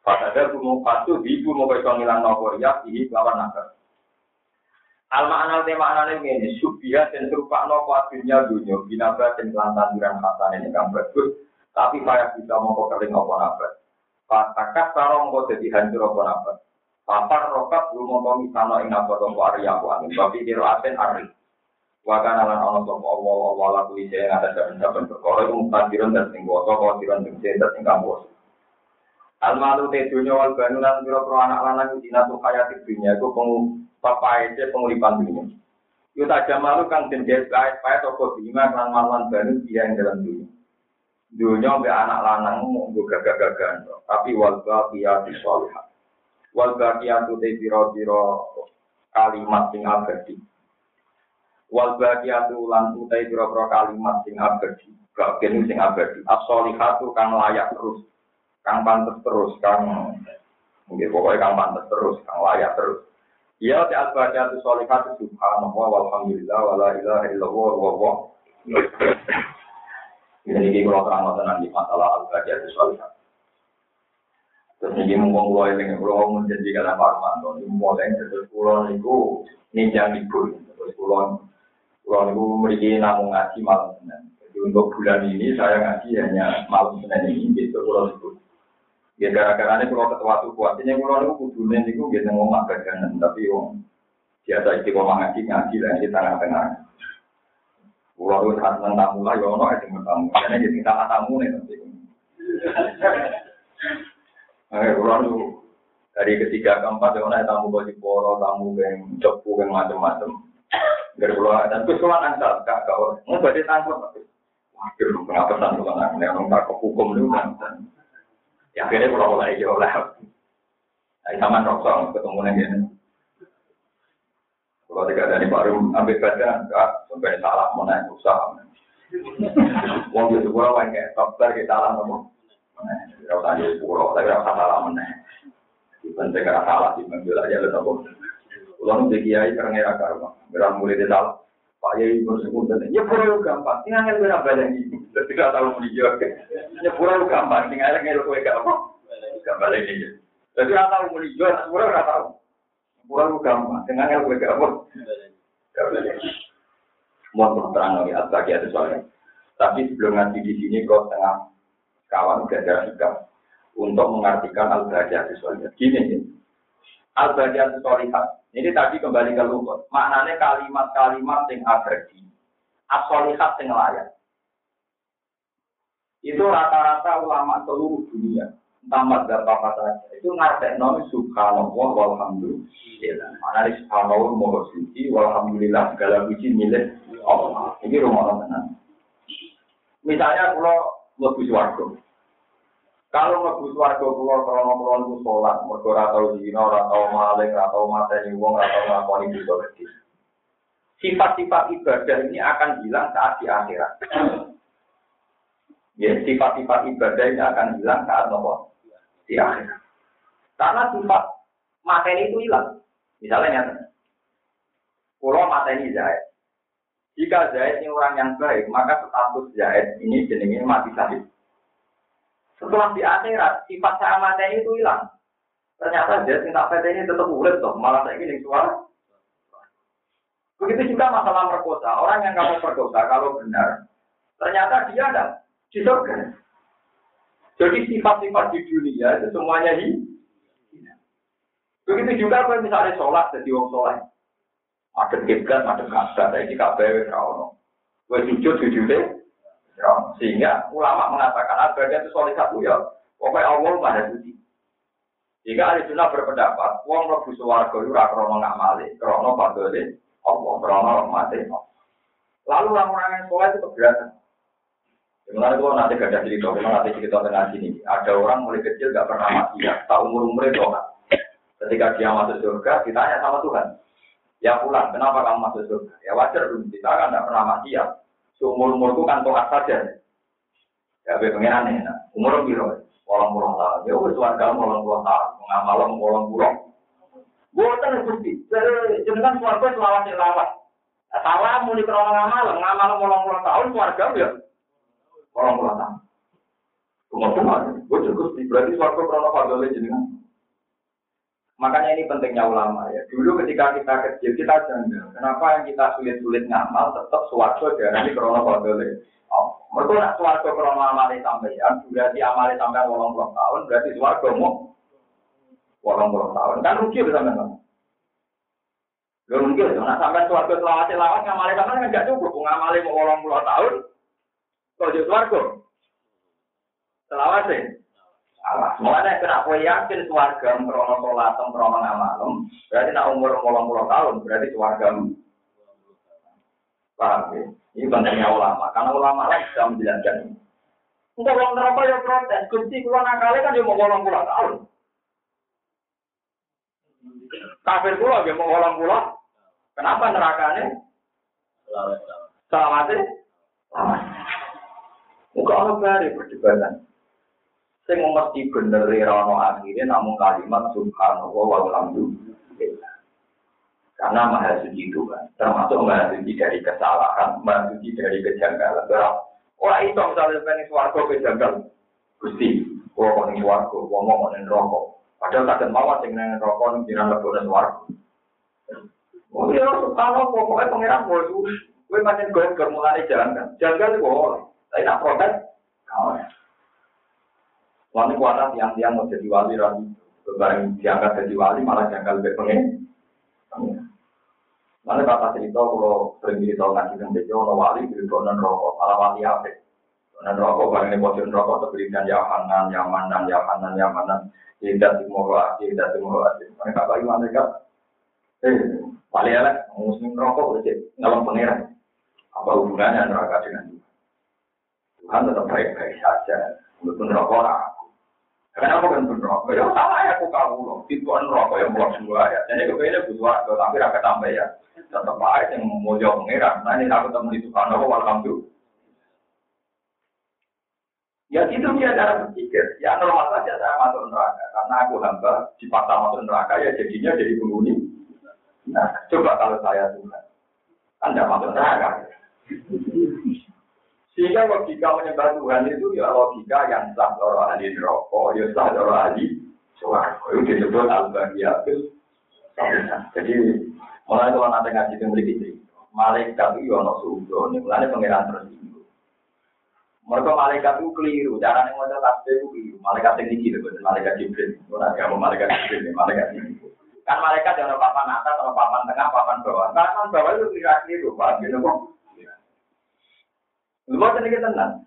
Padahal bumu patu ibu mau kau ngilang nopor ya ini lawan naga. Alma anal tema anal ini subia dan serupa nopo akhirnya dunia binaga dan kelantan diran kata ini kan bagus. Tapi saya bisa mau kering nopo naga. Patakat kalau mau jadi hancur nopo naga. Papar rokat belum mau misano ing nopo nopo Arya aku angin. Tapi diroaten Ari. Wakana lan ana sapa Allah Allah la kuwi sing ada saben-saben perkara iku mutadiron dan sing kuwasa kawasiran sing sing sing kampus. Almalu te dunya wal banulan pira-pira anak lanang dina tu hayati dunya iku peng papaete penguripan dunya. Yo tak jamalu kang den gawe pae toko bima lan malan banu yang dalam dunya. Dunya be anak lanang mung gagah-gagahan tapi wal baqiyatu sholihah. Wal baqiyatu te pira-pira kalimat sing abadi. Wal baqiyatu lan utai pira-pira kalimat sing abadi, gak kene sing abadi. As-sholihatu kang layak terus, kang pantes terus, kang nggih pokoke kang pantes terus, kang layak terus. Ya te al-baqiyatu sholihatu subhanallah walhamdulillah wala ilaha illallah wallahu. Ini iki kula terang-terangan di masalah al-baqiyatu sholihat. Terus iki mung kula eling kula menjanji kala Pak Armanto, mulai terus kula niku ninjang libur. Terus kula Kalau ibu memiliki namun ngaji malam Senin. Jadi untuk bulan ini saya ngaji hanya malam Senin ini gitu kalau itu. Ya gara-gara ini kalau ketua tuh kuatnya kalau itu kudunya itu gitu ngomong bagian tapi om biasa istiqomah ngaji ngaji lah di tengah-tengah. Kalau itu harus tamu lah ya ono itu tamu. Karena jadi kita tamu nih nanti. Oke kalau itu dari ketiga keempat ya ono tamu baju poro tamu yang cepu yang macam-macam. Gerula dan kesulitan antar kak kau mau berarti tangkap wah gerula kenapa tangkap anak ini orang tak hukum dulu kan ya akhirnya pulau mulai jauh lah dari taman roksong ketemu lagi kalau tidak dari baru ambil badan enggak sampai salah mau naik usaha uang itu pulau lain kayak dokter kita salah ngomong tidak usah di pulau tapi rasa salah menaik penting karena salah sih mengambil aja le tabung Ulang di kiai karena era karma, berang mulai di dalam. Pak Yai bersekutu dan ya pura gampang, tinggal yang berapa yang ini, tidak tahu menijak. Ya pura gampang, tinggal yang itu gampang, gampang ini. Jadi tidak tahu menijak, pura tidak tahu. Pura gampang, tinggal yang itu gampang. Mohon terang lagi atas kiai soalnya. Tapi sebelum ngaji di sini kau tengah kawan gada sikap untuk mengartikan al-baqiyah soalnya. Gini nih. Al-baqiyah sholihat. Ini tadi kembali ke lughat. Maknanya kalimat-kalimat yang abadi. As-sholihat yang layak. Itu rata-rata ulama seluruh dunia. Entah mazhab apa saja. Itu ngartekno subhanallah walhamdulillah. Maknanya subhanallah moga suci walhamdulillah segala puji milik Allah. Ini rumah tenan. Misalnya kalau mlebu swarga. Kalau ngebus warga pulau krono pulau itu sholat, mereka ratau zina, ratau maling, ratau mateni wong, ratau ngakoni dosa gede. Sifat-sifat ibadah ini akan hilang saat di akhirat. Ya, sifat-sifat ibadah ini akan hilang saat nopo di akhirat. Karena sifat mateni itu hilang. Misalnya nyata, pulau mateni Zaid. Jika Zaid ini orang yang baik, maka status Zaid ini jenenge mati syahid. Setelah di akhirat, sifat sahabatnya itu hilang. Ternyata dia cinta pada ini tetap urip toh, malah saya gini suara. Begitu juga masalah perkosa. Orang yang kamu perkosa kalau benar, ternyata dia ada di surga. Jadi sifat-sifat di dunia itu semuanya hilang. Begitu juga kalau misalnya sholat jadi orang sholat, ada kiblat, ada kasar, ada di K B W, kalau gue sujud sujud deh. Ya, sehingga ulama mengatakan al-baqiyah itu soleh satu ya, pokoknya Allah pada suci. Jika ahli sunnah berpendapat, wong mlebu swarga itu ora krana ngamali, krana fadhile Allah, krana rahmate Allah. Lalu orang-orang yang soleh itu keberatan. Sebenarnya itu nanti gak ada cerita, kalau nanti cerita tengah sini, ada orang mulai kecil gak pernah mati ya, tak umur-umurnya doang. Ketika dia masuk surga, ditanya sama Tuhan, ya pulang, kenapa kamu masuk surga? Ya wajar dulu, kita kan gak pernah mati ya. Umur-umurku kan toat saja. Ya, pengen aneh. Umur berapa? Walang pulang tahun. Ya, wes warga walang pulang tahun. Mengamal walang pulang. Buatan bukti. Jadi, jenengan warga selawat selawat. Salah mau dikerong ngamal, ngamal walang pulang tahun warga ya. Walang pulang tahun. Cuma-cuma, gue cukup berarti suatu krono fadolnya jenengan. Makanya ini pentingnya ulama ya. Dulu ketika kita kecil kita janggal. Kenapa yang kita sulit-sulit ngamal tetap suwargo darah ini krono fadolnya. Oh, mereka nak suwargo krono amali sampeyan, berarti amali sampeyan wolong puluh tahun, berarti suwargo mau wolong puluh tahun. Kan rugi bersama-sama. Gak mungkin, nak sampai suarga selawat-selawat ngamali sampai kan gak cukup, ngamali mau wolong puluh tahun, kau jadi suarga, selawat sih, salah. Mulanya kenapa yakin suarga merono sholat, merono ngamalem, berarti nak umur wolong puluh tahun, berarti suarga, paham sih? Ini pentingnya ulama, karena ulama lah bisa menjelaskan ini. Untuk orang neraka yang protes, kunci keluar nakalnya kan dia mau wolong puluh tahun. Kafir pula dia mau wolong puluh. Kenapa nerakanya? Selamat sih. Muka Allah bari perdebatan. Saya mau mesti bener rano akhirnya namun kalimat subhanallah walhamdulillah. Karena maha suci itu kan, termasuk maha suci dari kesalahan, maha suci dari kejanggalan. Orang itu misalnya pengen suarga kejanggal, gusti, orang pengen suarga, ngomong ngomongin rokok. Padahal tak ada mawar dengan rokok yang jiran lebih suarga. Oh iya, subhanallah, pokoknya pengiran boleh. Gue macam gue bermulai jalan kan, jalan itu boleh. Tapi nak protes, kawan. Wanita kuat yang-yang mau jadi wali lagi, barang diangkat jadi wali malah janggal lebih pengen. Mana kata cerita kalau sering cerita ngaji dengan bejo, kalau wali beli donan rokok, malah wali apa? Donan rokok barang ini bocor rokok terberikan yahanan, yamanan, yamanan, yamanan. Tidak dimurah, tidak dimurah. Mereka bagi mereka, eh, wali elek, muslim rokok, ngalem pengiran. Apa hubungannya neraka dengan Tuhan? Tuhan tetap baik-baik saja. Walaupun rokok aku. Kenapa kan pun rokok? Ya salah ya aku kamu loh. Tituan rokok yang buat semua ya. Jadi kepengennya butuh tapi rakyat tambah ya. Tetap baik yang mau jauh pengiran. Nah ini aku ketemu di Tuhan rokok alhamdulillah. Ya itu dia cara berpikir. Ya normal saja saya masuk neraka. Karena aku hamba dipaksa masuk neraka ya jadinya jadi penghuni. Nah coba kalau saya Tuhan. Anda masuk neraka. Sehingga logika menyembah Tuhan itu ya logika yang sah orang ahli neraka, ya sah orang ahli surga. Itu disebut al-bahiyatul. Jadi mulai kalau nanti ngaji itu memiliki malaikat itu ono surga. Mulai pengiran tersinggung. Mereka malaikat itu keliru. Cara yang mau tasbih itu keliru. Malaikat yang tinggi itu malaikat Jibril. Orang yang mau malaikat Jibril, malaikat tinggi. Kan malaikat yang ada papan atas, ada papan tengah, papan bawah. Papan bawah itu keliru-keliru, Pak. Gitu kok. Lu mau sedikit tenang.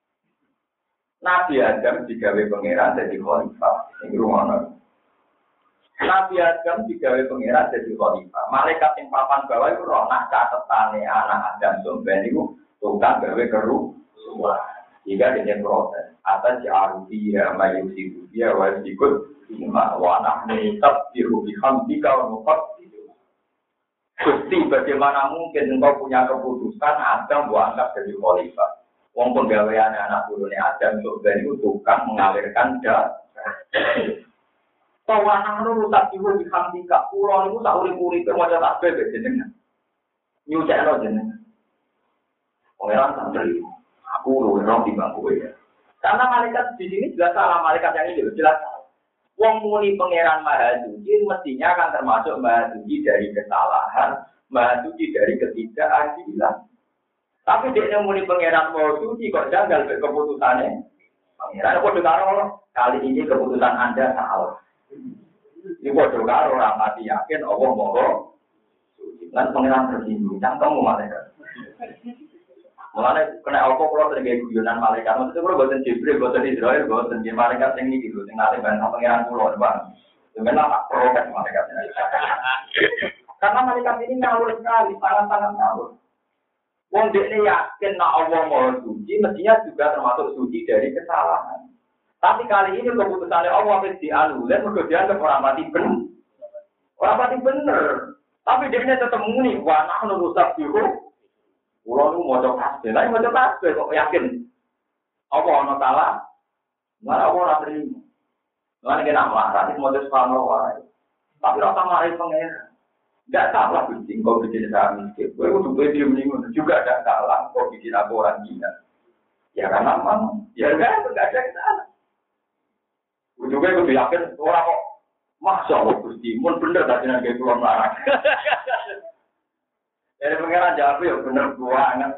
Nabi Adam digawe pangeran jadi khalifah. Ini rumahnya. Nabi Adam digawe pangeran jadi khalifah. Malaikat yang papan bawah itu roh nak catetane anak Adam sampeyan itu tukang gawe keru semua. Jika dia proses atas arufi ya mayusi dia wa ikut lima wa nahnu tabdiru bihamdika wa nuqaddiru. Gusti, bagaimana mungkin engkau punya keputusan Adam buat angkat jadi khalifah? Wong penggawean anak turunnya Adam juga itu tukang mengalirkan darah. Tawanan lu tak ibu dihamdika, pulau itu tak urip-urip wajah tak bebek jenengan. Nyucakno jenengan. Pangeran santri, aku lu ora di bangku ya. Karena malaikat di sini jelas salah, malaikat yang ini jelas salah. Wong muni pangeran Maha Suci mestinya akan termasuk Maha Suci dari kesalahan, Maha Suci dari ketidakadilan. Tapi dia muni pangeran Maha Suci kok janggal keputusannya. Pangeran kok karo kali ini keputusan Anda salah. Ini kok karo ora mati yakin Allah Maha Suci. Lan pangeran tersinggung, cangkemmu malaikat. Mulane kena apa kula terjadi guyonan malaikat. Maksudnya kula boten Jibril, boten Israil, boten di malaikat sing iki lho, sing nate bantah pangeran kula, Pak. Sebenarnya tak protes malaikatnya. Karena malaikat ini ngawur sekali, sangat-sangat ngawur. Wong dekne yakin nek Allah Maha Suci, mestinya juga termasuk suci dari kesalahan. Tapi kali ini keputusannya Allah wis dianulir, mergo dianggap ora mati bener. Ora mati bener. Tapi dekne tetep muni, wa nahnu nusabbihu. Kulo nu maca tasbih, lha maca tasbih kok yakin. Apa ana salah? Malah ora terima. Lan kena marah, maca subhanallah. Tapi ora mari pengen. Enggak salah bikin kok bikin saya miskin. Kowe kudu kowe diem ning juga enggak salah kok bikin aku orang gila. Ya karena memang, ya kan enggak ada kesalahan. Ujungnya kudu yakin orang kok Masya Allah Gusti, mun bener tadi nang kayak pulau larang. Jadi pengiran jawab ya bener banget.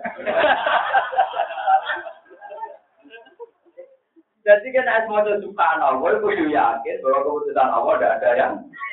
Jadi kan asma itu subhanallah, gue kudu yakin bahwa keputusan Allah tidak ada yang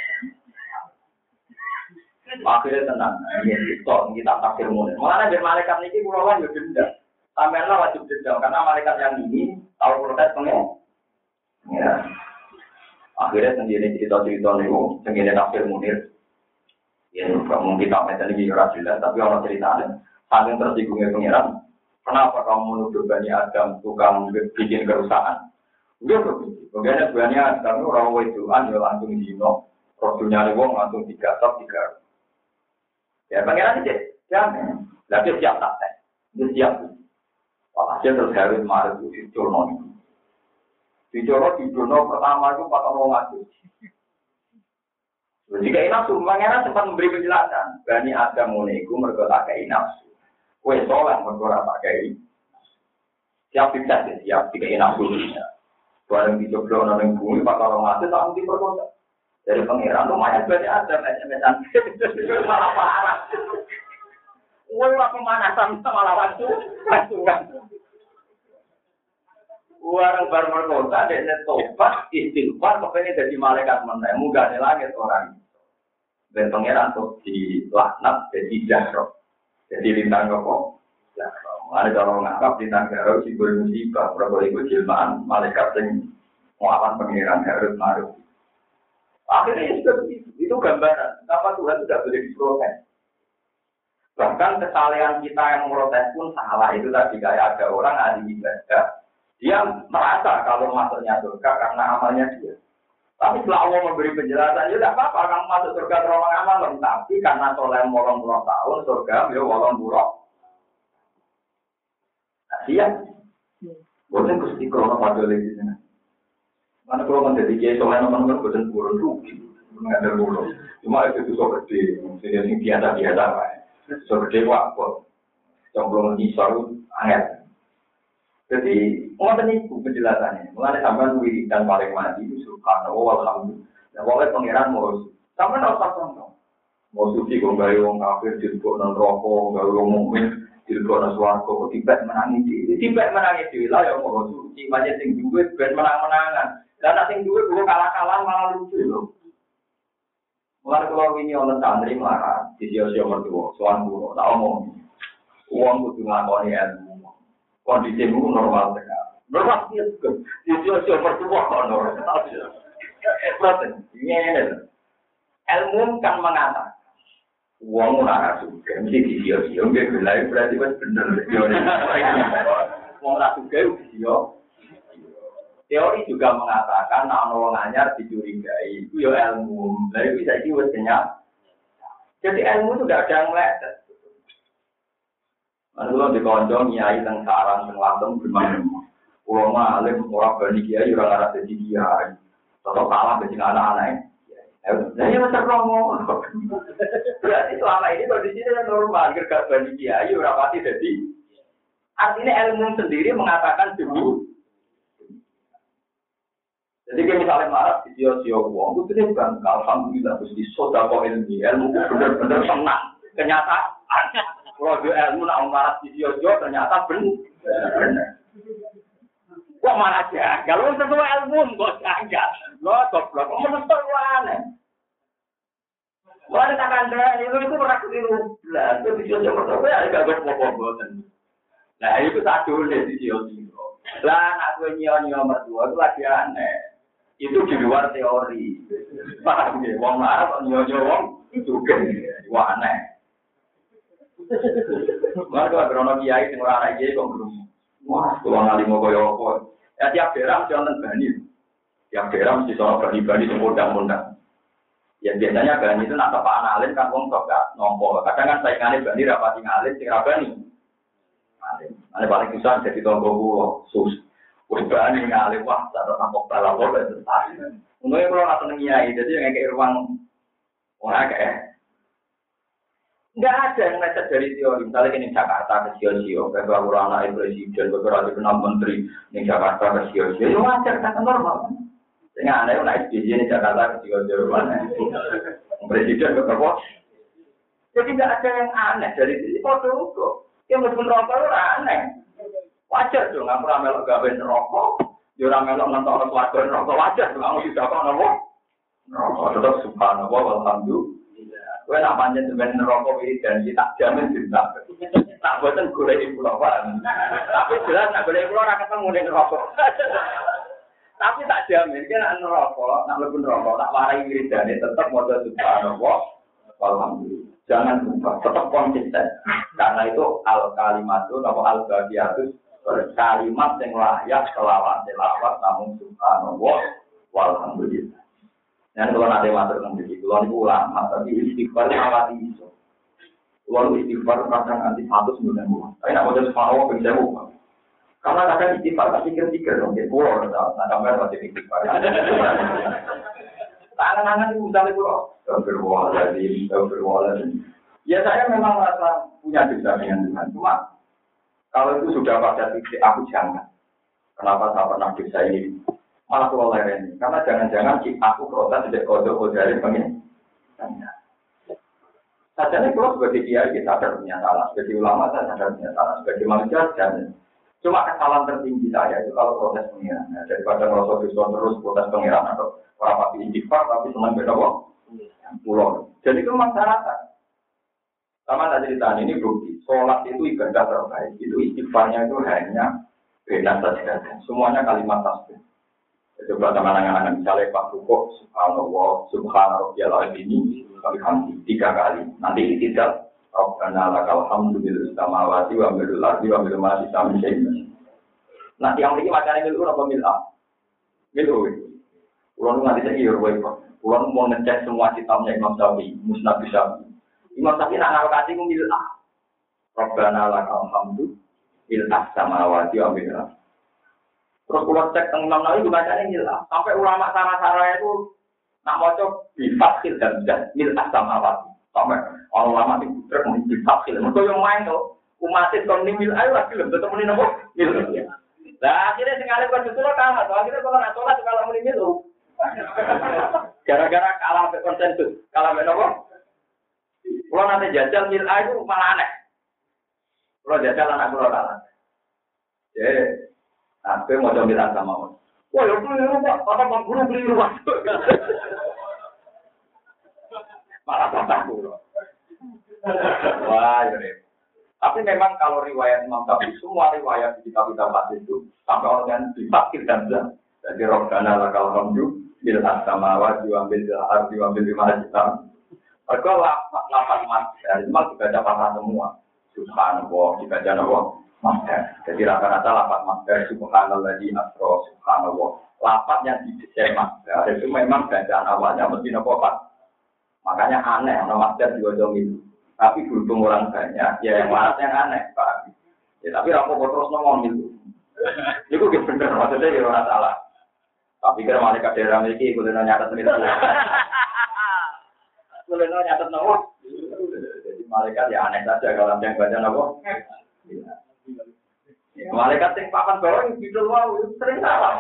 akhirnya tenang. Ini kita kita takdir munir. Malah biar malaikat ini pulau lain juga denda. Tamerlah wajib denda karena malaikat yang ini tahu proses pengen. Ya. Akhirnya sendiri cerita-cerita nih, sendiri takdir munir. Ya, mungkin kita macam ini jelas, tapi orang ceritanya saling tersinggungnya pengiran. Kenapa kamu menuduh Bani Adam tukang bikin kerusakan? Udah begitu. Bagaimana Bani Adam itu orang wedoan ya langsung dino, produknya wong langsung digatok tiga. Ya pengiran aja, jangan. Lagi siap tak teh, dia siap. Walhasil terus harus marah itu dicorno. Dicorno di Dono pertama itu empat orang ngaji. Jika inafsu, pengiran sempat memberi penjelasan. Bani Adam menegu mereka kayak inafsu. Kue soleh mereka pakai. Siap bisa sih, siap jika inafsu. Barang dicoba orang bumi, empat orang ngaji tak mungkin berkosa. Dari pengiran lumayan Bani Adam S M S-an malah parah. Wah pemanasan malah waktu langsung. Orang baru berkota, dia tobat, istighfar, kepengen jadi malaikat menang. Mudah nih langit orang. Dan pengiran tuh dilaknat jadi jahro. Jadi lintang kok. Ada kalau ngangkap lintang jahro simbol musibah. Berapa ikut jilmaan malaikat yang muawan pengiran harus maruh. Akhirnya itu gambaran. Kenapa Tuhan tidak boleh diprotes? Bahkan kesalahan kita yang memprotes pun salah. Itu tadi kayak ada orang ahli ibadah. Dia merasa kalau masuknya surga karena amalnya dia. Tapi setelah Allah memberi penjelasan, ya tidak apa-apa kamu masuk surga terlalu amal, tapi karena soleh molong puluh tahun surga, ya molong buruk. Nah, dia boleh kusti kalau pada lagi sini. Mana kalau menjadi kiai soleh teman-teman bosan buruk rugi, nggak ada buruk. Cuma itu so gede, jadi yang biasa biasa lah. So gede waktu, jomblo nyisor anget. Jadi, orang ini penjelasannya. Mengenai sampai wiridan paling mati, subhanallah, alhamdulillah. Walaupun pengiran mau sampai tak usah contoh. Mau suci, kalau nggak ada orang kafir, dilbuk dan rokok, nggak ada orang mukmin, dilbuk dan suarco, tiba menangis diri. Tiba menangis diri lah, ya mau suci, banyak yang duit, ben menang-menangan. Dan nanti yang duit, gue kalah-kalah malah lucu loh. Mengenai kalau ini orang santri marah, di sio-sio mertua, soal buruk, tak omong. Uang kudu ngakoni ilmu. Kondisimu normal sekali. Normal dia juga. Dia mertua kok normal. Protes. Ini ilmu kan mengatakan. Uang nara juga. Mesti di sio-sio. Nggak gelai berarti kan benar. Uang nara juga di sio. Teori juga mengatakan nak orang anyar dicurigai. Itu ya ilmu. Lalu bisa diwujudnya. Jadi ilmu itu tidak ada yang meleset. Kalau di konjong nyai teng sarang teng lantem gimana? Ulama alim orang bani kiai orang arah jadi kiai. Kalau kalah dengan anak-anaknya, nah ini macam romo. Berarti selama ini kondisinya normal. Kerja bani kiai orang pasti jadi. Artinya ilmu sendiri mengatakan dulu. Jadi kalau misalnya marah di sio-sio uang, itu dia bukan alhamdulillah terus di sodako ilmi ilmu benar-benar senang. Kenyataan. Kalau dia ilmu nak marah di sio-sio ternyata benar. Kok malah jaga? Kalau sesuai ilmu kok jaga? Lo goblok, kok menentu aneh. Mulai tak ada itu itu pernah keliru. Lah itu di sio-sio pertama ya agak goblok-goblokan. Nah itu satu di sio-sio. Lah anak gue nyo-nyo mertua itu lagi aneh. Itu di luar teori. Paham ya? Wong marah kok nyo-nyo wong juga wah aneh. Mereka berono kiai sing ora ana kiai kok belum. Wah, kalau ngali mau koyo apa. Ya tiap daerah mesti wonten bani. Tiap daerah mesti sono bani-bani sing undang-undang. Ya biasanya bani itu nak tepak alim kan wong kok gak nompo. Kadang kan saingane bani rapati ngalim sing ra bani. Alim. Ane paling susah jadi tonggo kulo. Sus. Wis bani ngalim wah tak nampak balawor ben tetas. Ngono ya kalau nggak seneng kiai, jadi yang kayak ruang ora kayak. Enggak ada yang meleset dari teori. Misalnya ini Jakarta ke Sio-Sio, beberapa anak presiden, beberapa kenal menteri di Jakarta ke Sio-Sio, itu wajar kan normal. Sehingga aneh naik di sini Jakarta ke Sio-Sio mana? Presiden beberapa. Jadi enggak ada yang aneh dari sini. Foto kok. Yang meskipun rokok itu aneh. Wajar dong, aku ramelok gawe rokok. Dia ramelok nonton orang rokok wajar. Kamu sudah kok nopo? Rokok tetap subhanallah walhamdulillah. Kowe nak pancen sampeyan neraka iki janji tak jamin cinta. Tak boten golek ibu lawar. Tapi jelas nak golek ibu ora ketemu ning neraka. Tapi tak jamin ki nak neraka, nak mlebu neraka tak warai wiridane tetep maca subhanallah walhamdulillah. Jangan lupa, tetap konsisten. Karena itu al kalimatu atau al baqiyatus kalimat yang layak selawat selawat namun subhanallah walhamdulillah. Dan kalau nanti masuk ke sini, kalau itu ulama, tapi istighfar awal itu. Kalau istighfar kadang anti satu sembilan bulan. Tapi nak boleh separuh bisa bukan. Karena kadang istighfar tak pikir-pikir dong, dia pulau, tak sampai masih istighfar. Tangan-tangan itu misalnya pulau, berwala jadi, berwala jadi. Ya saya memang merasa punya dosa dengan Tuhan. Cuma kalau itu sudah pada titik aku jangan. Kenapa saya pernah dosa ini? Malah kalau lain ini, karena jangan-jangan aku protes tidak kodok kodari pengen. Sajanya kalau sebagai kiai kita sadar punya salah, sebagai ulama saya sadar punya salah, sebagai manusia jangan. Cuma kesalahan tertinggi saya itu kalau protes pengiran. Nah, daripada merasa dosa terus protes pengiran atau orang pasti istighfar tapi senang beda kok. Pulau. Jadi itu masyarakat. Sama tak cerita ini bukti. Sholat itu ibadah terbaik. Itu istighfarnya itu hanya beda saja. Semuanya kalimat tasbih. Coba teman-teman misalnya Pak Bukok, subhanallah, subhanallah, ini kali tiga kali. Nanti tidak, Rabbana lakal hamdu bil samawati wa bil ardi wa bil ma sami syai'in. Nah, yang ini macamnya milu apa milah? Milu. Pulau nanti saya kira baik Pak. Pulau mau ngecek semua kitabnya Imam Syafi'i, Musnad Syafi'i. Imam Syafi'i nak ngalokasi milah. Rabbana lakal hamdu bil samawati wa bil ardi. Terus kalau cek tentang Imam Nawawi bacanya hilang. Sampai ulama sarah-sarah itu nak moco bifakhil dan dan mil as-samawati. Sampai ulama itu terus bifakhil. Mereka yang main tuh umatin kon mil ayo lagi lho tetep muni nopo? Mil. Lah akhirnya sing alim kan disuruh kalah. Akhirnya kalau nak salat kalau muni mil. Gara-gara kalah be konsensus. Kalah be nopo? Kalau nanti jajal mil ayo malah aneh. Kalau jajal anak kula kalah. Eh Aku mau coba sama orang. Wah, ya keliru Pak. Apa Pak Guru keliru Pak? Malah tak tahu. Wah, ya. Tapi memang kalau riwayat Imam Syafi'i semua riwayat di kitab-kitab hadis itu sampai orang yang difakir dan jelas. Jadi Rabbana lakal hamdu bil samawati wa bil ardi wa bil majid. Mereka lapan mas, dari semua dibaca patah semua. Subhanallah, dibaca Allah. Master. Jadi rata-rata lapat master subhanallah di asro subhanallah. Lapat yang didesain master itu memang bacaan awalnya mesti nopo Pak. Makanya aneh orang master juga dong itu. Tapi berhubung orang banyak, ya yang mana yang aneh Pak. Ya tapi aku terus ngomong itu. Itu gitu bener maksudnya ya orang salah. Tapi kira malaikat daerah memiliki kudu nyatet itu. Kudu nyatet nopo. Jadi malaikat ya aneh saja kalau yang baca nopo. Ya, malaikat sing papan bawah itu wow sering salah.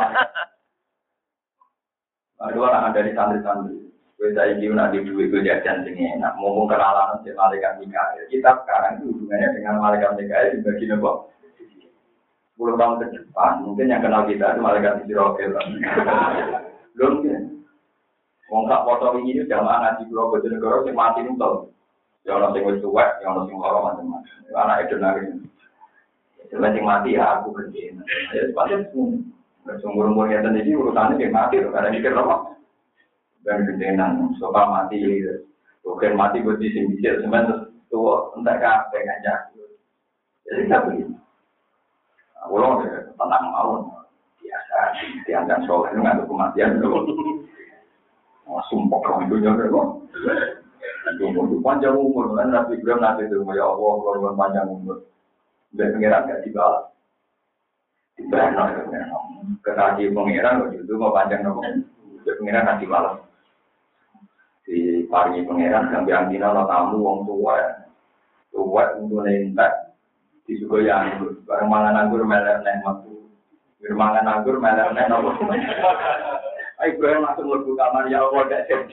Ada orang dari santri-santri. Kita ini nak di duit gue jajan sini enak. Ngomong kenalan si malaikat Mikael. Kita sekarang itu hubungannya dengan malaikat Mikael di bagian apa? Sepuluh tahun ke depan mungkin yang kenal kita itu malaikat Israfil. Belum ya. Wong tak foto ini jamaah ngaji Pulau Bojonegoro sing mati nuntul. Ya orang sing wis tuwek, ya orang sing lara macam-macam. Anak itu nari. Sebenarnya mati ya aku kerja. Ya sepatutnya semua. Sumber-sumbernya sendiri urusannya dia mati loh. Karena mikir apa? Dan kejenan, soal mati. Bukan mati buat disini-disini. Sebenarnya tua, entah apa yang ngajak. Jadi tak begitu. Aku loh tentang mau. Biasa. Dianggap soal itu nggak ada kematian. Sumpah orang itu nyampe kok. Umur panjang umur. Kan Nabi Ibrahim nanti itu. Ya Allah, korban panjang umur. Dan pengiran gak dibalas. Dibalas, kekasih pengiran itu mau panjang nopo. Dan pengiran gak dibalas. Di pagi pengiran sampai antina lo tamu wong tua. tuwek untuk nentak disugoi anggur. Bareng mangan anggur melek neh metu. Mangan anggur melek neh nopo. Ai Ibrahim langsung mlebu kamar ya Allah dak jadi.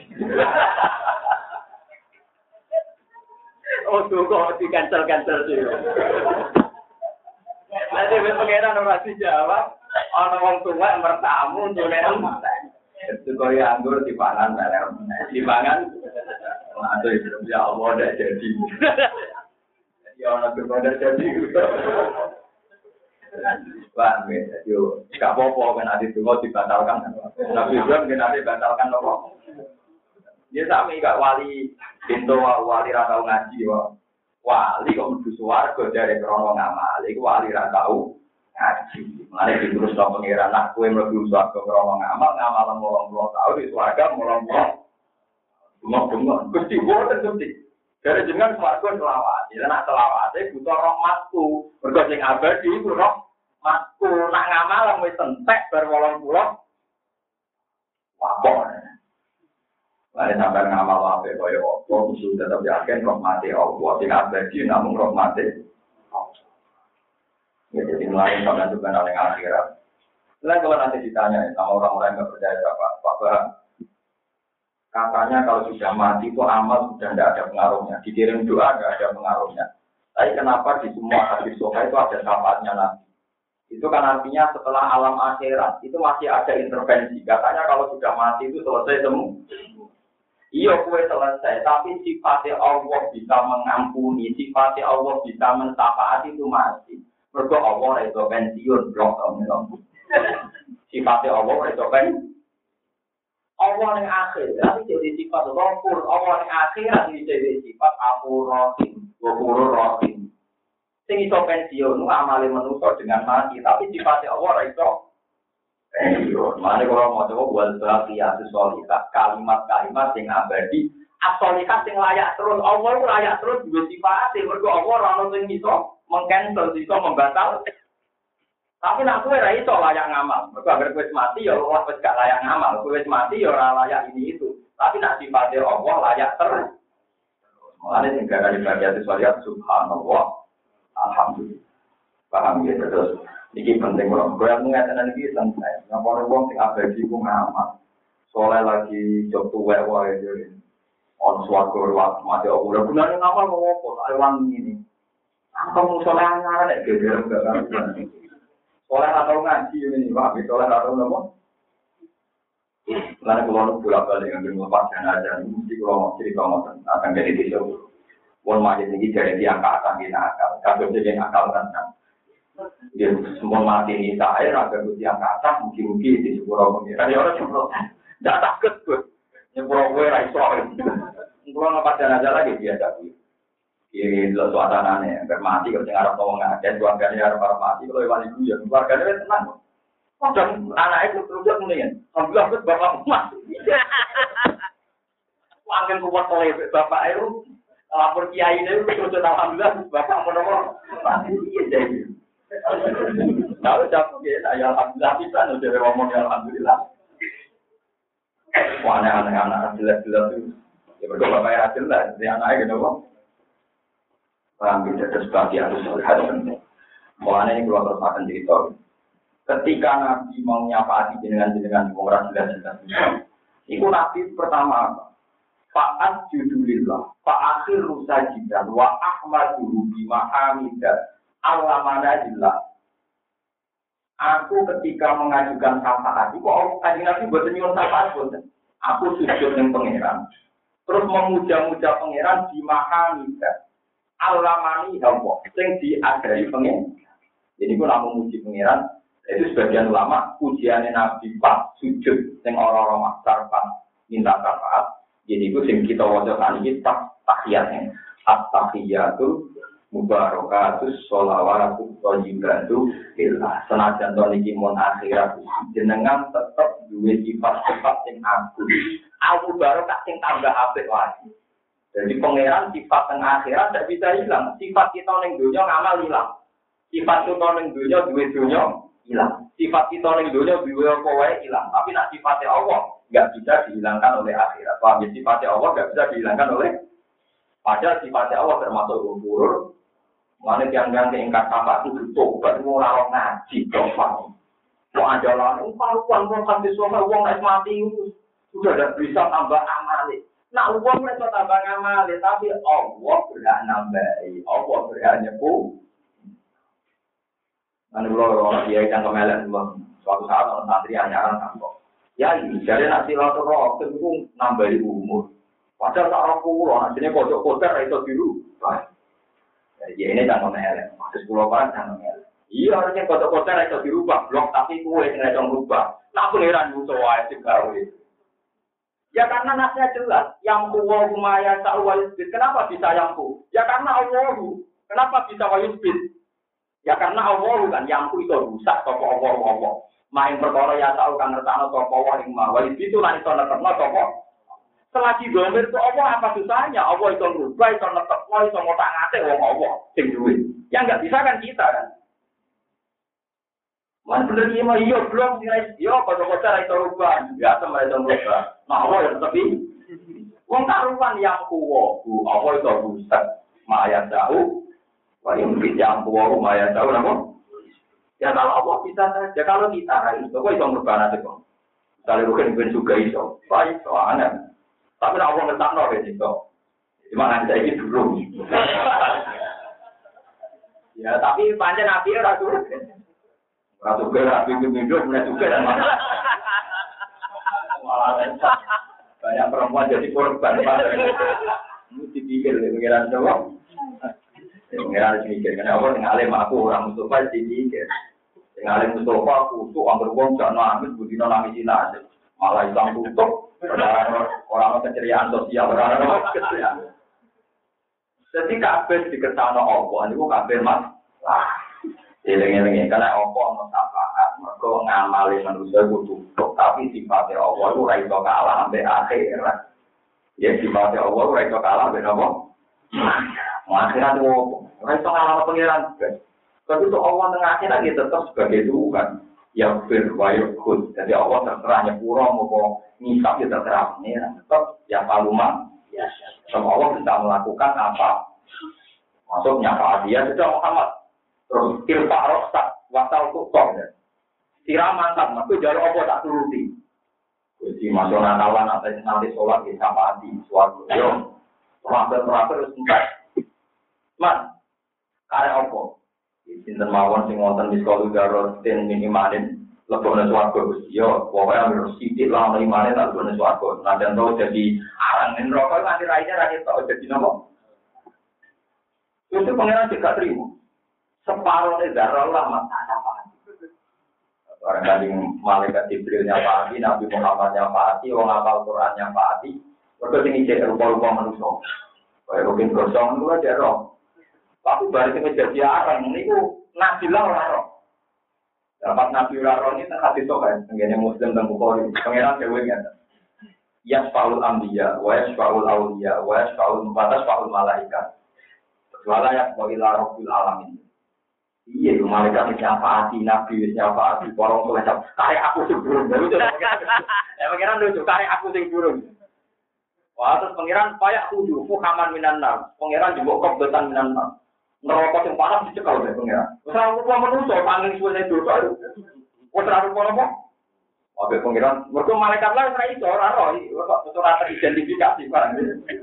Oh tuh kok di cancel-cancel sih. Nanti wis pengeran ora dijawab. Ana wong tuwa mertamu ndone itu kaya anggur dipangan melek. Dipangan. Aduh ya Allah dak jadi. Ya ana berpada jadi. Wah, yo, gak apa-apa kan ati donga dibatalkan. Nabi Ibrahim kan ati batalkan apa? Dia sami gak wali pintu wali ra tau ngaji yo. Wali kok mlebu swarga dari krono ngamal. Iku wali ra tau ngaji. Mane diterus nang pangeran nak kowe mlebu swarga krono ngamal, ngamal molong puluh tahun di swarga molong puluh. Cuma-cuma Gusti boten Gusti. Dari jenengan swarga selawat. Jadi nak selawate butuh rahmatku. Mergo sing abadi iku roh matku nak ngamal wis entek bar wolong puluh. Wapor. Lare sampeyan ngamal ape kaya apa mesti tetep yakin rahmate Allah sing abadi namung rahmate Allah. Ya jadi mulai sampeyan juga nang akhirat. Lah kalau nanti ditanya sama orang-orang yang enggak percaya apa apa katanya kalau sudah mati itu amal sudah tidak ada pengaruhnya. Dikirim doa tidak ada pengaruhnya. Tapi kenapa di semua hadis sahih itu ada syafaatnya Nabi? Itu kan artinya setelah alam akhirat itu masih ada intervensi. Katanya kalau sudah mati itu selesai semua. Iya kue selesai, tapi sifatnya Allah bisa mengampuni, sifatnya Allah bisa mensyafaati itu masih. Mergo Allah itu pensiun blok tahun. Sifatnya Allah itu pensiun. Allah yang akhir, tapi jadi sifat Ghafur. Allah yang akhirat ini jadi sifat Ghafur Rahim, Ghafur Rahim. Sing iso pensiun, amale manusia dengan mati, tapi sifatnya Allah itu pensiun. Mane kalau mau coba buat baqiyatu sholihah, kalimat-kalimat yang abadi, as-sholihah yang layak terus. Allah itu layak terus juga sifatnya. Mergo Allah ora ono sing iso mengcancel, iso membatal. Tapi nak kowe ra iso layak ngamal. Mergo anggere kowe mati ya Allah wis gak layak ngamal. Kowe wis mati ya ora layak ini itu. Tapi nak sifate Allah layak terus. Mulane sing gak kali bagian sholihah subhanallah. Alhamdulillah. Paham ya terus. Iki penting kok. Kowe ngatakan iki santai. Ngapa wong sing abadi ku ngamal. Soleh lagi job tuwek wae dhewe. On swarga ruwet mati ora gunane ngamal kok opo. Awan ngene. Kamu soleh ngamal nek geger enggak kan. Soleh atau ngaji ini, Pak. Soleh atau apa? Lalu kalau pulang balik dengan lepas dan aja, mesti kalau mau cerita mau akan jadi disebut. Pun majlis ini dari tiang ke atas kita akal. Kalau jadi akal kan, dia semua mati ini saya agak tiang ke atas, mungkin-mungkin di sebuah pengiran. Ya orang cuma tidak takut tuh. Nyebur gue raisoal. Kalau lepas dan aja lagi biasa gue. Ini lo suasananya bermati kalau tengah orang ngomong aja keluarganya orang mati kalau iwan itu ya keluarganya itu tenang. Oh dan anak itu terus kemudian alhamdulillah bet bapak mati. Makin kuat oleh bapak itu lapor kiai itu terus alhamdulillah bapak mau mati iya jadi. Kalau jatuh ya saya alhamdulillah bisa udah ngomong alhamdulillah. Wah anak-anak anak jelas-jelas itu ya berdoa bapak ya jelas jadi anaknya gitu. Paham tidak ada sebagian harus melihat. Mulanya ini keluar terus akan cerita. Ketika Nabi mau nyafaati jenengan-jenengan orang jelas-jelas, itu Nabi pertama apa? Fa'at judulillah, fa'akhir rusajidan, wa ahmaduhu bimahamidah, alamanadillah. Aku ketika mengajukan syafaat, itu Allah tadi Nabi buat nyuruh syafaat buatan. Aku sujud dengan pangeran, terus memuja-muja pangeran bimahamidah. Alamani Allah, yang diadari pengen. Jadi aku nak memuji pengiran, itu sebagian ulama pujiannya Nabi Pak sujud, yang orang-orang maksar Pak minta syafaat. Jadi itu yang kita wajah tadi kita tahiyatnya, at-tahiyatul mubarakatus sholawatu thayyibatu lillah. Senajan to niki mun akhirat jenengan tetap duwe sifat-sifat sing agung. Aku baru tak sing tambah apik wae. Jadi pangeran sifat yang akhirat tidak bisa hilang. Sifat kita yang dunia ngamal hilang. Sifat kita yang dunia duit dunia hilang. Sifat kita yang dunia duit kowe hilang. Tapi nak sifatnya Allah nggak bisa dihilangkan oleh akhirat. Paham ya? Sifatnya Allah nggak bisa dihilangkan oleh Padahal sifatnya Allah termasuk ghafur. Mana yang-yang keingkat apa itu tobat mulai ngaji dosa. Mau andalan, umpamanya uang kan disuruh uang naik mati itu sudah ada bisa tambah amali. Nah uang bisa tambah amali, tapi Allah berhak nambahi, Allah berhak nyepu. Nanti kalau dia yang kemelan suatu saat orang santri anyaran kantor. Ya ini jadi nanti lalu roh itu nambahi umur. Padahal tak orang pulau, nantinya kocok-kocok itu biru. Ya ini jangan kemelan, maksud pulau kan jangan kemelan. Iya harusnya kota-kota itu dirubah blok tapi kue yang itu berubah. Nah pengiran musuh aja juga. Ya karena nasnya jelas yang kuwa kumaya sa'wayusbid. Kenapa bisa yang ku? Ya karena Allahu. Kenapa bisa wayusbid? Ya karena Allahu kan yang ku itu rusak toko Allah-Allah. Main perkara ya tahu kan ngertano toko Allah yang mah. Wayusbid itu lah itu netepno toko. Selagi domir itu Allah apa susahnya? Allah itu merubah, itu netepno, itu ngotak-ngatik wong Allah. Sing duwe. Ya enggak bisa kan kita kan. Mana bener dia mah iya belum sih iya kocok-kocok itu rubah biasa mereka rubah. Nah Allah yang tapi wong karuan yang kuwo ku apa itu rusak maya tahu wah yang yang kuwo maya tahu napa ya kalau Allah bisa saja kalau kita itu kok itu merubah nanti kok kalau bukan bukan juga itu baik soalnya tapi Allah ngetakno kan itu cuma nanti saya dulu ya tapi panjang nabi ora turun Ratu gerak, pintu hidup, mulai juga dan malah banyak perempuan jadi korban. Ini dipikir, pengiran coba. Pengiran harus mikir, karena Allah yang alim aku, orang Mustafa dipikir. Yang alim Mustafa aku, tuh ambil uang, jangan nangis, budina nangis aja. Malah hilang tutup, orang-orang keceriaan sosial, orang-orang keceriaan. Jadi kabeh diketahui Allah, ini kok kabeh mas. Eling-eling karena Allah ono syafaat, mergo ngamali manusia kudu tok, tapi sifatnya Allah ora iso kalah sampai akhirat. Ya sifatnya Allah ora iso kalah sampai apa? Akhirat ora iso kalah pengiran. Tapi itu Allah tengah akhirat dia tetap sebagai Tuhan yang berwayukut. Jadi Allah terserah nyepuro mau ngisap ya terserah ini tetap yang paluma. Ya, semua Allah bisa melakukan apa? Masuk nyapa dia sudah Muhammad. Terus tilpak rosak, wasal tukok ya. Sirah mantap, maka jalur apa tak turuti. Jadi masuk nakalan atau nanti sholat di sama hati, suatu yo. Terakhir-terakhir terus entar. Man, karya apa? Sinten mawon sing wonten di sekolah garot ten minimalin lebokne swarga Gusti yo. Pokoke ambil sithik lah minimalin tak lebokne swarga. Nanti to jadi arang ning rokok nganti raine ra ketok jadi nopo. Itu pangeran juga terima. Separuh dari darah lama tak apa. Orang kandung malaikat Jibril nyapati, Nabi Muhammad nyapati, orang hafal Quran nyapati. Mereka ini jadi rupa-rupa manusia. Kayak mungkin gosong itu aja roh. Tapi balik ke jadi arang ini ku Nabi lah orang roh. Dapat Nabi roh ini tak hati sok kan, tengganya Muslim dan Bukhari. Pengiran ceweknya. Yasfaul Ambiya, wa yasfaul Auliya, wa yasfaul Mubatas, faul Malaikat. Walayak wa ila Rabbil Alamin. Iya, malaikat siapa hati Nabi siapa hati orang tua siapa? Tarik aku sebelum, lucu. Ya pangeran lucu, tarik aku sebelum. Wah terus pangeran payak tujuh, fukaman minanar. Pangeran juga kok betan minanar. Neraka yang panas dicekal oleh pangeran. Terus aku mau menuso, panggil suara dosa. Kau terlalu apa? Oke pangeran, mereka malaikat lain saya itu orang roh, itu orang teridentifikasi kan.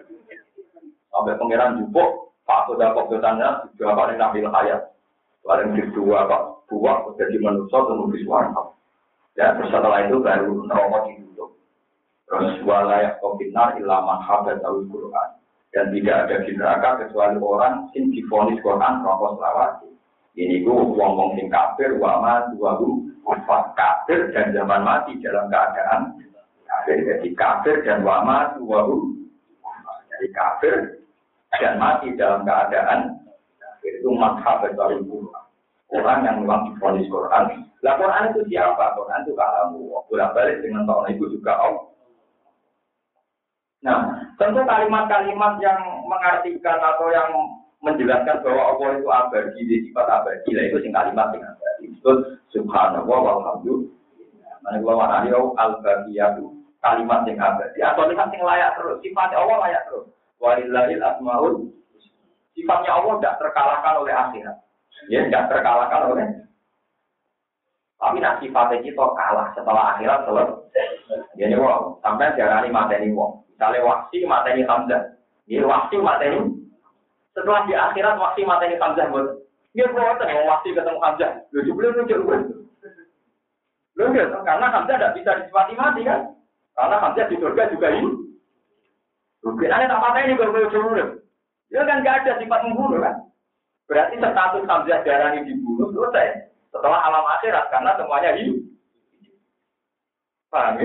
Sampai pangeran juga, Pak sudah kok betannya juga apa nih Nabi Hayat. Paling kedua Pak, dua jadi manusia kemudian suara. Dan setelah itu baru neraka ditutup. Terus walayak kopinar ilaman habat al-Quran. Dan tidak ada di neraka kecuali orang sing divonis Quran rokok selawati. Ini ku wong-wong sing kafir, waman, wahu, wafat kafir dan zaman mati dalam keadaan kafir. Jadi kafir dan waman, wahu, jadi kafir dan mati dalam keadaan itu madhab dari Quran. Orang yang memang difonis Quran. Lah Quran itu siapa? Quran itu kalamu. Bolak-balik dengan tahun itu juga Allah. Nah, tentu kalimat-kalimat yang mengartikan atau yang menjelaskan bahwa Allah itu abadi, sifat abadi, lah itu sing kalimat yang abadi. Itu subhanallah walhamdulillah. Mana gua warna al-baqiyatu kalimat yang abadi. Atau kalimat yang layak terus, sifat Allah layak terus. Walillahil asmaul. Sifatnya Allah tidak terkalahkan oleh akhirat. Ya, tidak terkalahkan oleh. Tapi nak sifatnya kita kalah setelah akhirat selesai. Jadi wong sampai jarani mateni wong. Misalnya Wahsy mateni Hamzah. Dia Wahsy mateni. Setelah di akhirat Wahsy mateni Hamzah buat. Dia buatan yang Wahsy ketemu Hamzah. Lu sebelum lu jauh. Lu karena Hamzah tidak bisa disifati mati kan? Karena Hamzah di surga juga ini. Mungkin ada tak mateni juga boleh dibunuh. Dia kan nggak ada sifat membunuh kan? Berarti status Hamzah jarani dibunuh selesai. Setelah alam akhirat, karena semuanya hidup. Paham ya?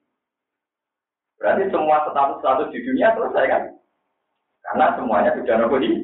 Berarti semua status-status di dunia selesai kan? Karena semuanya sudah nobody.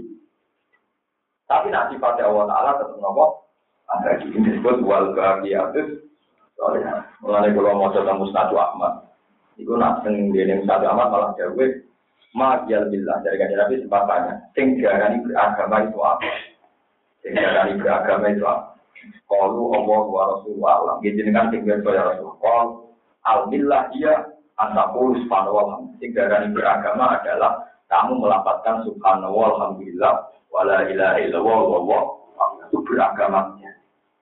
Tapi nak sifatnya Allah Ta'ala tetap nopo. Ada ini disebut wal baqiyatus sholihah. Mulane kalau mau coba Musnad Ahmad, itu nak sing dene Musnad Ahmad malah jawab ma billah dari kanjeng Nabi sebabnya sing diarani beragama itu apa? Sing diarani beragama itu apa? Qalu Allah wa Rasulullah. Gitu kan sing biasa ya Rasul. Qal al-billah dia antaqul subhanahu wa ta'ala. Sing diarani beragama adalah kamu melafazkan subhanahu walhamdulillah wala ilaha illallah wallahu itu beragamanya.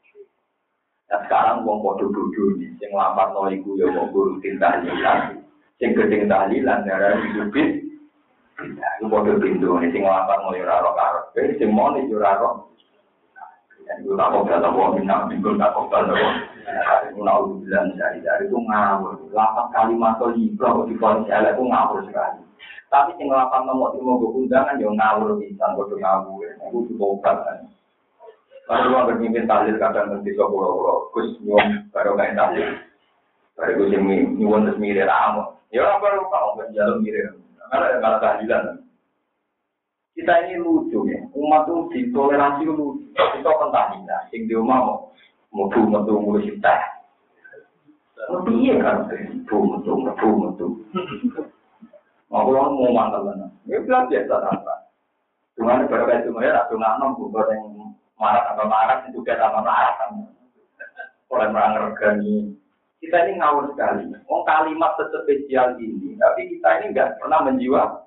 Nah sekarang wong padha bodho iki sing lafazno iku ya wong rutin tahlilan. Sing gedeng tahlilan darani hidupin. Iku padha pintu sing lafazno ya ora karo. Sing moni ya ora. Itu tak kau kata bahwa minat minggu tak kau kata bahwa itu nak bilang dari dari itu ngawur. Lapan kalimat tolibah di konser itu ngawur sekali. Tapi sing lapan nomor itu mau undangan yang ngawur bisa bodoh ngawur. Itu juga kan. Kalau orang bermimpin tahlil kadang nanti sopo-sopo kus nyom baru kain tahlil. Baru kus yang nyuwun terus mirip amat. Ya apa lu kau berjalan mirip. Karena ada tahlilan. Kita ini lucu ya, umat itu ditoleransi lucu. Kita pentahnya, sing di rumah mau mutu mutu mutu kita. Tapi iya kan, mutu mutu mutu mutu. Mau orang mau mantel mana? Ya bilang biasa tanpa. Cuma berapa itu mereka tu nggak nomor buat yang marah apa marah itu juga sama marah kan. Orang merangkani. Kita ini ngawur sekali. Oh kalimat spesial ini, tapi kita ini nggak pernah menjiwa.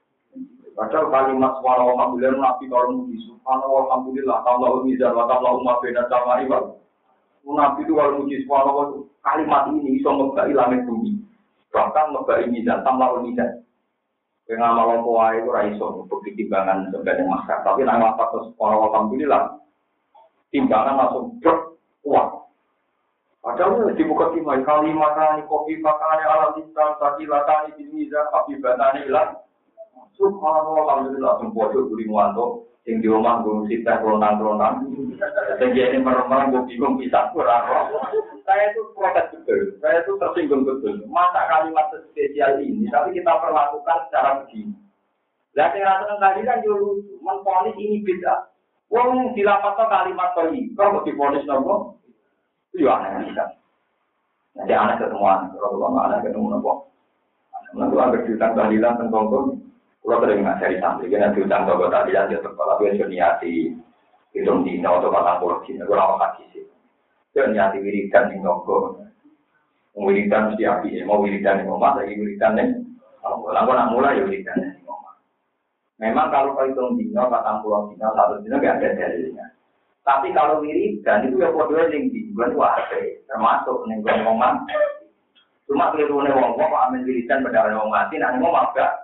Padahal kalimat suara alhamdulillah nabi kalau muji subhanallah alhamdulillah kalau mizan wa kalau umat beda sama iwal nabi itu kalau muji subhanallah kalimat ini iso ngebai langit bumi bahkan ngebai mizan tambah mizan dengan malam kuai itu raiso begitu timbangan sebagai masyarakat tapi nama kata subhanallah alhamdulillah timbangan langsung berkuat padahal dibuka timai kalimat ini kopi makannya alam lisan sakilatani di mizan akibatani ilah subhanallah alhamdulillah sempodo guling wanto sing di omah gunung sita kelonang-kelonang sing ini meremang gue bingung bisa kurang saya itu protes betul saya itu tersinggung betul masa kalimat spesial ini tapi kita perlakukan secara begini lah saya rasa tadi kan dulu menfonis ini beda wong dilapatkan kalimat tadi kalau difonis nopo itu ya aneh kan jadi aneh ketemuan kalau aneh ketemu nopo nanti agar diutang tahlilan tentang kalau sering ngajari santri, kan nanti utang toko tadi yang dia terkala gue niati hitung dino atau patang puluh dino, gue lama kaki sih. Dia niati wiridan di toko, wiridan mesti api, mau wiridan di rumah, lagi wiridan nih. Kalau gue nak mulai ya wiridan di rumah. Memang kalau kau hitung dino, patang puluh dino, satu dino gak ada dalilnya. Tapi kalau wiridan itu ya kodenya yang dibuat wae, termasuk nih gue ngomong. Cuma keliru nih ngomong, amin wiridan pada orang mati, nanti mau maaf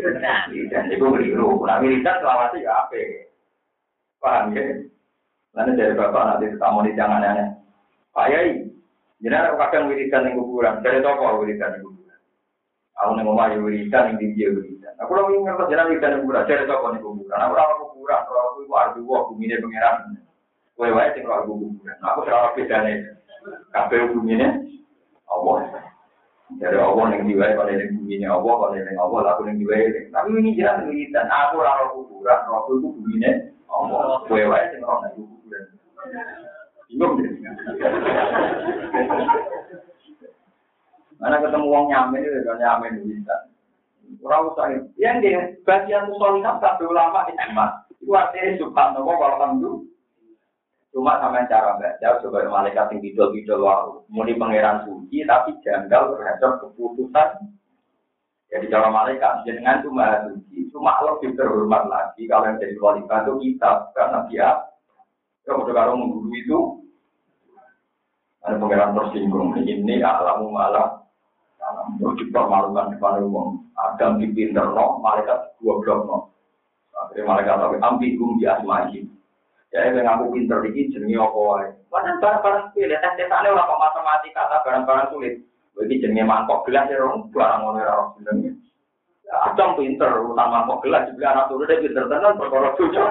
dan itu keliru. Nah, wiridan selawat ya apa? Paham ya? Nanti dari bapak nanti ketemu di jangan aneh. Pak Yai, jadi aku kadang wiridan yang kuburan. Dari toko wiridan yang kuburan. Aku nih ngomong ya wiridan yang tinggi wiridan. Aku lagi ngerti jalan wiridan yang kuburan. Dari toko yang kuburan. Aku lama kuburan. Kalau aku itu ardu wah bumi pangeran. Kue wae sing kalau aku kuburan. Aku selalu bedane. Kabeh bumine Allah. Dari Allah yang diwai pada yang buminya Allah, pada yang Allah aku yang diwai. Tapi ini jelas wiridan. Aku rawat kuburan, rawat itu bumine Allah. Kue wae sing ora nek kuburan. Bingung deh. Mana ketemu wong nyamen itu kan nyamen wiridan. Ora usah. Yang dia bagian musolihah kabeh ulama ijma. Itu artinya subhanallah walhamdulillah. Cuma sama cara baca, coba malaikat yang bidol-bidol waru. Muni pangeran suci, tapi janggal terhadap keputusan. Jadi cara malaikat jenengan itu maha suci, cuma lebih terhormat lagi kalau yang jadi khalifah itu kita, karena dia kalau kalau mengguru itu ada pengeran tersinggung ini alamu malah untuk dipermalukan depan umum. Adam dipinter no, malaikat dua blok no. Akhirnya malaikat tapi ambigum di asma'i. Ya yang aku pinter ini jenenge apa wae. Padahal barang-barang sulit, tes-tesane ora kok matematika, barang-barang sulit. Iki jenenge mangkok gelas ya rong barang ngono ora jenenge. Adam pinter utang mangkok gelas di anak turun dia pinter tenan perkara dunya.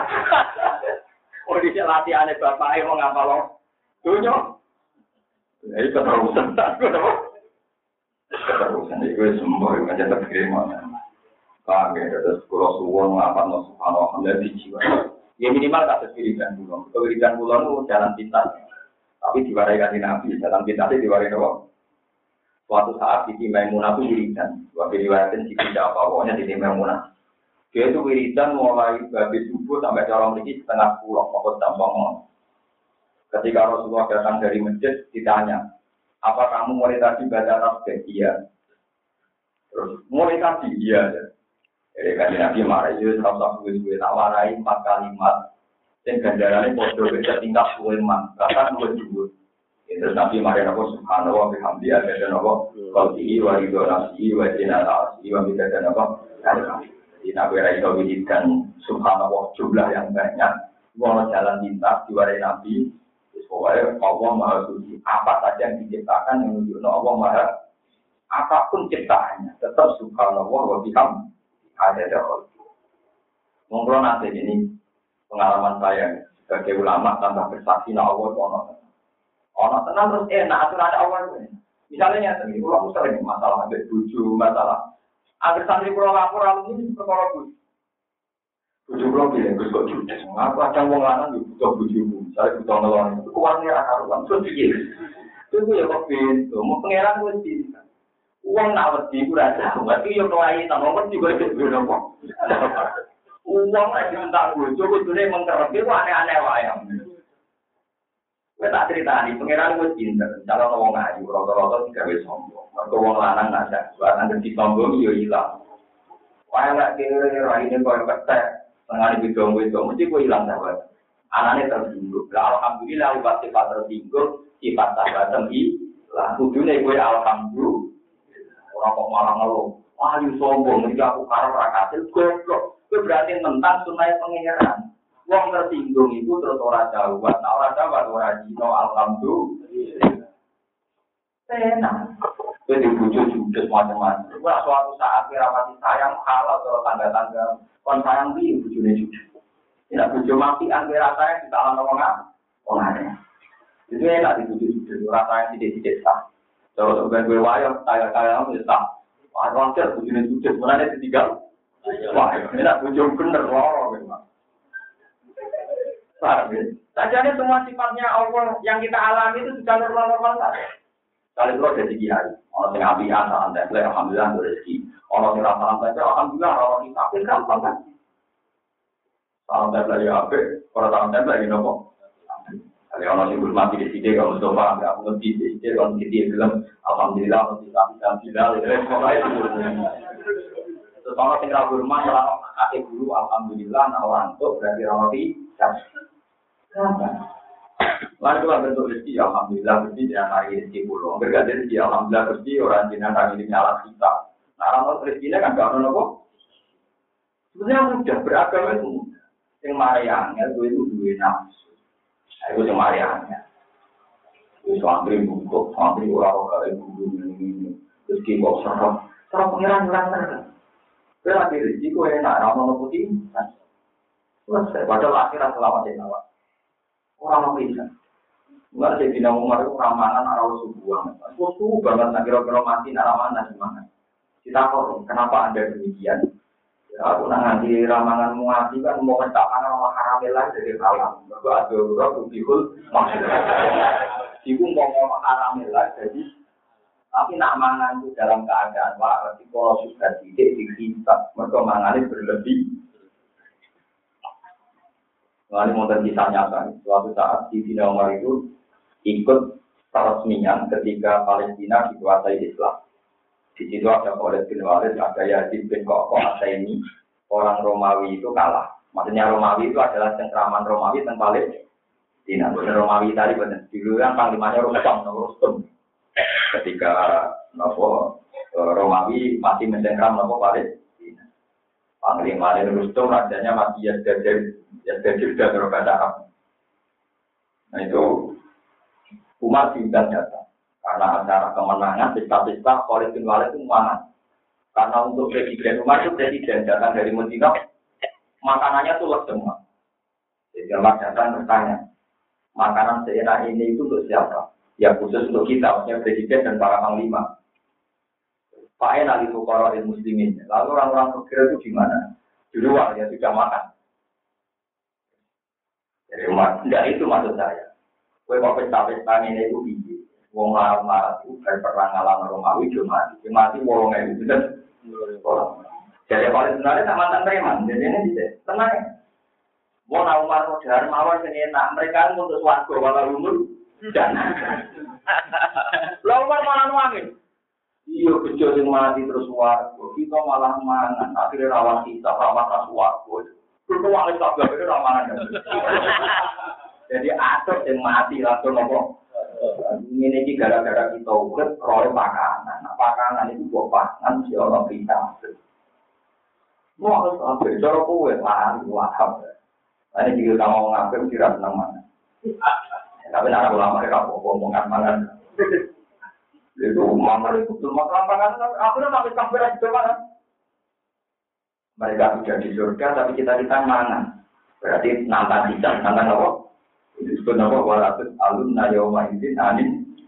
Oh dia latihane bapake wong ngapal dunya. Jadi keterusan tak ngono. Keterusan iki semua aja terkirim. Kang ya terus kula suwun ngapalno subhanallah di jiwa. Ya minimal tak wiridan kula. Wiridan kula itu jalan pintas. Tapi diwarai kanjeng Nabi, jalan pintas itu diwarai apa? Suatu saat di Maimunah itu wiridan. Waktu riwayatin di tidak apa pokoknya di Maimunah. Dia itu wiridan mulai habis subuh sampai jalan lagi setengah pulau, pokok tampang. Ketika Rasulullah datang dari masjid ditanya, apa kamu mulai tadi baca tasbih? Iya. Terus mulai tadi iya. Jadi kan Nabi marah itu terasa gue-gue tawarai empat kalimat dan ganjarannya bodoh beda tingkat gue man bahkan gue juga. Terus Nabi marah aku subhanallah bihamdi ada dan apa qalbi wa ridwanasi wa jinatasi wa bidan apa. Jadi Nabi Raisa wiridan subhanallah jumlah yang banyak. Mau jalan pintas diwarai Nabi. Pokoknya Allah Maha Suci. Apa saja yang diciptakan yang menunjukkan Allah Maha apapun ciptaannya tetap subhanallah wa bihamdi. Ada jauh. Mungkin nanti ini pengalaman saya sebagai ulama tanpa bersaksi na Allah ono. Ono tenang terus enak aturan Allah. Misalnya sendiri ulama sering masalah ada tujuh masalah. Agar santri pulau lapor alumni ini perkara tujuh. Tujuh pulau bilang gus kok judes. Aku ada wong lanang yo butuh tujuh. Saya butuh ngelon. Uangnya akar uang sedikit. Itu ya kok pintu. Mau pangeran gue sih. Uang nak wedi ku ra tau, tapi yo kelai ta nomor juga itu nopo. Uang lagi entak bojo kudune mengkerepe ku aneh-aneh wae. Wes tak critani, pangeran wis pinter, calon wong ayu, rata-rata digawe sombong. Mergo wong lanang nak sak, lanang disombong yo ilang. Wae lek kene raine koyo ketek, tengane bidong-bidong mesti ku ilang sahabat. Anane tersinggung. Lah alhamdulillah ubat sifat tersinggung, sifat sahabat tembi. Lah kudune kowe alhamdulillah orang kok malah ngeluh, wah you sombong, ini aku karep rakatil, goblok, itu berarti tentang sunai pengeran. Wong tersinggung itu terus orang Jawa, nah orang Jawa, orang Cina, alhamdulillah. Tenang, itu dibujuk judes macam-macam. Wah suatu saat kira mati sayang, halal kalau tangga-tangga, kon sayang di bujuknya judes. Tidak bujuk mati, kira sayang kita alam ngomong orang. Itu enak dibujuk judes, orang sayang tidak-tidak sah. Kalau sebagai gue wayang, kaya-kaya itu tak. Wah, wajar, bujurnya sujud, mulanya ditinggal. Wah, ini tak bujur bener, loh, memang. Paham ya? Sajanya semua sifatnya Allah yang kita alami itu sudah normal-normal saja. Kali itu ada di kiai. Orang yang abian, salam template, alhamdulillah, ada rezeki. Orang yang salam template, alhamdulillah, orang yang sakit, gampang kan? Salam template ya, apa? Orang salam template, ya, nopo. Kalau orang yang mati di sini, kalau Mustafa nggak mengerti di sini, kalau kita bilang alhamdulillah, alhamdulillah, alhamdulillah. Terus orang yang ragu rumah, kalau kakek guru, alhamdulillah, nawan untuk berarti roti. Lalu kalau bentuk rezeki, alhamdulillah, rezeki jangan hari rezeki pulau. Berganti rezeki, alhamdulillah, rezeki orang Cina kami ini alat kita. Nah, orang rezekinya kan nggak ada apa. Sebenarnya mudah beragama itu. Yang mariannya itu itu dua nafsu. Itu semariannya. Itu santri bungkuk, santri orang-orang yang bungkuk ini. Terus kita serap, serap pengiran-pengiran. Itu lagi risiko enak, orang-orang putih. Selesai, padahal akhirat selamat ya kawan. Orang-orang bisa. Enggak saya bilang Umar itu ramalan arah subuhan. Subuh banget, nak kira-kira mati, ramalan semangat. Kita kok, kenapa Anda demikian? Aku nanti ramangan muati kan mau mencapai nama haramilah dari alam. Bapak ada orang bukikul maksudnya. Ibu mau ngomong haramilah jadi. Tapi nak mangan itu dalam keadaan wah, berarti kalau sudah tidak dihisap, mereka mangannya berlebih. Lalu mau kisah nyata. Suatu saat di Sina Umar itu ikut peresmian ketika Palestina dikuasai Islam. Di situ ada Khalid bin Walid, ada Yazid bin Qaqqa At-Taimi. Orang Romawi itu kalah. Maksudnya Romawi itu adalah cengkraman Romawi tentang Palestina. Bukan Romawi tadi, benar. Dulu kan panglimanya Rustam, Rustam. Ketika nopo Romawi masih mencengkram nopo Palestina. Panglimanya Rustam, rajanya masih Yazdajir, Yazdajir dan Rokat Arab. Nah itu Umar diundang datang. Karena acara kemenangan, pesta-pesta, Khalid bin Walid itu mana? Karena untuk presiden Umar itu presiden datang dari Medina, makanannya tuh semua. Jadi Umar datang bertanya, makanan seenak ini itu untuk siapa? Ya khusus untuk kita, maksudnya presiden dan para panglima. Pak Enal itu orang muslimin. Lalu orang-orang fakir itu gimana? Di luar ya sudah makan. Jadi Umar, enggak itu maksud saya. Kue mau pesta-pesta ini itu biji. Wong marah-marah itu dari perang alam Romawi cuma mati. Mati wolong itu dan jadi kalau sebenarnya tak mantan preman, jadi ini bisa tenang. Mau nak Umar Modar mawar sini nak mereka untuk swarga walau umur dan. Lalu Umar malah nuangin. Iya bejo sing mati terus swarga, kita malah mangan. Akhirnya rawan kita rawan swarga. Terus uang tak gawe ramangan. Jadi atur yang mati langsung nopo. Ini iki gara-gara kita urip roe pakanan. Nah, pakanan itu buat pangan si Allah kita. Mau harus ambil cara kowe lah, wahab. Ini juga kamu ngapem tidak senang mana. Tapi nak ulama mereka ngomong mangan. Itu mangan itu belum makan pangan. Aku nak ambil kamera itu mana? Mereka sudah di surga, tapi kita kita mangan. Berarti nantang kita, nantang apa? Itu disebut apa? Walaupun alun nayoma izin anin.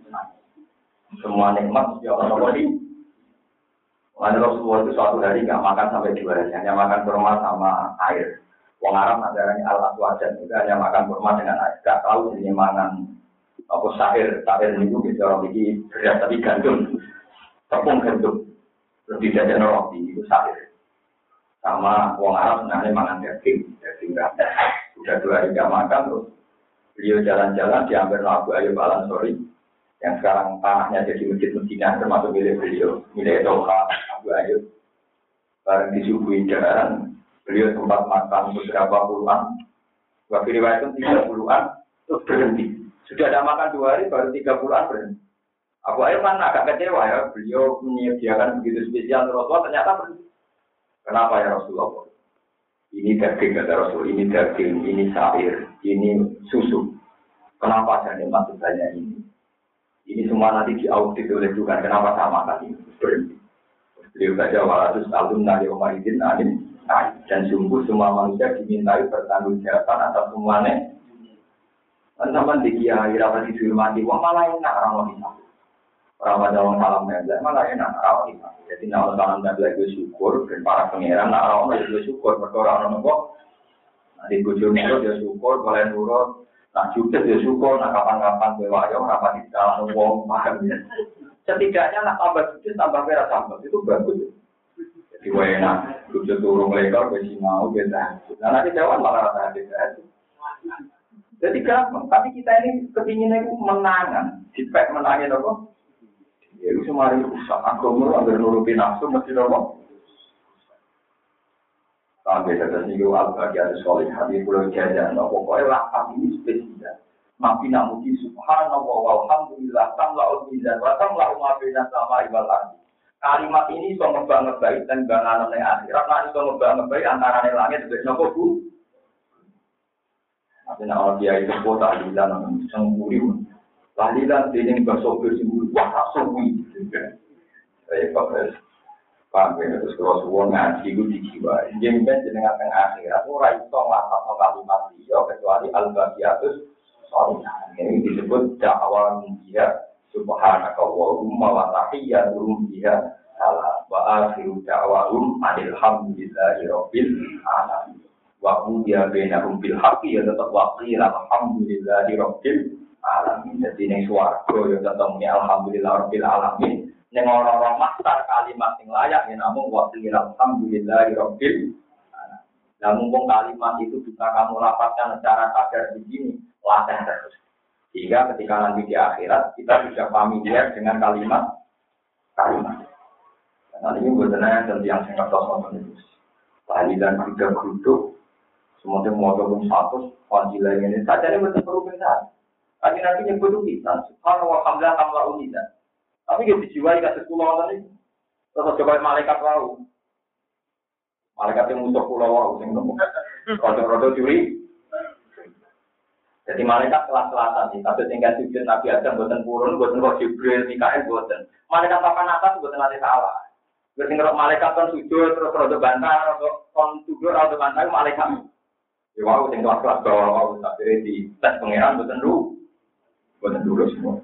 Semua nikmat mesti Allah beri. Karena Rasulullah itu suatu hari nggak makan sampai dua hari, hanya makan kurma sama air. Wong Arab ajarannya al-aswajan itu hanya makan kurma dengan air. Gak tahu ini makan apa sahir, sahir itu bisa orang ini beras tapi gandum, tepung gandum, lebih dari roti itu sahir. Sama Wong Arab sebenarnya makan daging, daging rata. Sudah dua hari nggak makan terus beliau jalan-jalan di Amber Abu Ayyub Al-Ansori. Yang sekarang tanahnya jadi masjid-masjidan termasuk milik beliau, milik Doha Abu Ayyub. Barang disuguhi jalan, beliau sempat makan beberapa puluhan, waktu riwayat itu tiga puluhan, terus berhenti. Sudah ada makan dua hari, baru tiga puluhan berhenti. Abu Ayyub kan agak kecewa ya, beliau menyediakan begitu spesial Rasulullah, ternyata berhenti. Kenapa ya Rasulullah? Ini daging kata Rasul, ini daging, ini sair, ini susu. Kenapa saya maksud saya ini? Ini semua nanti diaudit oleh Tuhan. Kenapa sama tadi berhenti? Beliau baca walatus alun dari Umar izin alim. Dan sungguh semua manusia dimintai pertanggungjawaban atas semuanya. Teman-teman di kiai rapat dihormati. Wah malah enak orang wanita. Orang pada orang salam nebak malah enak orang wanita. Jadi nak salam nebak itu syukur dan para pangeran nak orang itu syukur. Berdoa orang nopo. Nanti bujur nurut dia syukur, boleh nurut. Nah juga dia syukur, nah kapan-kapan bewayo, kapan di dalam uang, paham ya. Setidaknya nak tambah sujud, tambah merah tambah, itu bagus. Jadi wena, sujud turun lekor, besi mau, beda. Nah nanti jawab malah rasa beda. Jadi gampang, tapi kita ini kepinginnya itu menangan. Dipek menangin apa? Ya itu semua itu rusak. Agama agar nuruti nafsu, mesti apa? Sampai saat ini al-Baqiyah Sholih hati pulau jajan, pokoknya lapan ini spesial. Nabi namuji subhanallah walhamdulillah tamla'ul mizan wa tamla'u ma baina samai wal ardi. Kalimat ini iso ngebang ngebaik dan banganan ning akhirat, lan iso ngebang ngebaik antarané langit dan napa bu. Tapi nek ana kiai itu tak dilan sing mburi. Lahlilan dening basa sing wah suwi. Eh Pak Pamit terus kalau semua ngaji itu dijiwa, jadi jenengan tengah akhirat itu rakyat ngelakap kalimat dia kecuali al-Baqiyatus Sholih. Ini disebut dakwah dia subhanaka Allahumma wa tahiyyatuhum biha salam wa akhiru da'wahum alhamdulillahi rabbil alamin. Wa qudiya bainahum bil haqqi ya tetap wa qila alhamdulillahi rabbil alamin. Jadi ning swarga ya tetap muni alhamdulillah rabbil alamin. Yang orang-orang master kalimat yang layak, ya namun waktu alhamdulillah rabbil alamin. Nah, mumpung kalimat itu bisa kamu lapatkan secara sadar di sini, latih terus. Sehingga ketika nanti di akhirat kita sudah familiar dengan kalimat kalimat. Nah ini benar dan yang singkat sama itu. Tahlilan tiga geruduk, semuanya mau gabung satu, fadilah ini saja ini betul perlu benar. Tapi nanti yang butuh kita, subhanallah alhamdulillah tambah unida. Tapi kita dijiwai kasih pulau tadi, terus coba malaikat lalu. Malaikat yang musuh pulau lalu, yang nemu. Rodo-rodo curi. Jadi malaikat kelas-kelasan sih. Tapi tinggal sujud Nabi Adam buatan purun, buatan roh Jibril, Mikael buatan. Malaikat papan atas buatan nanti salah. Berarti kalau malaikat kan sujud terus rodo bantah, rodo kon sujud rodo bantah malaikat. Ya wow, tinggal kelas bawah wow, tapi di tes pangeran buatan dulu, buatan dulu semua.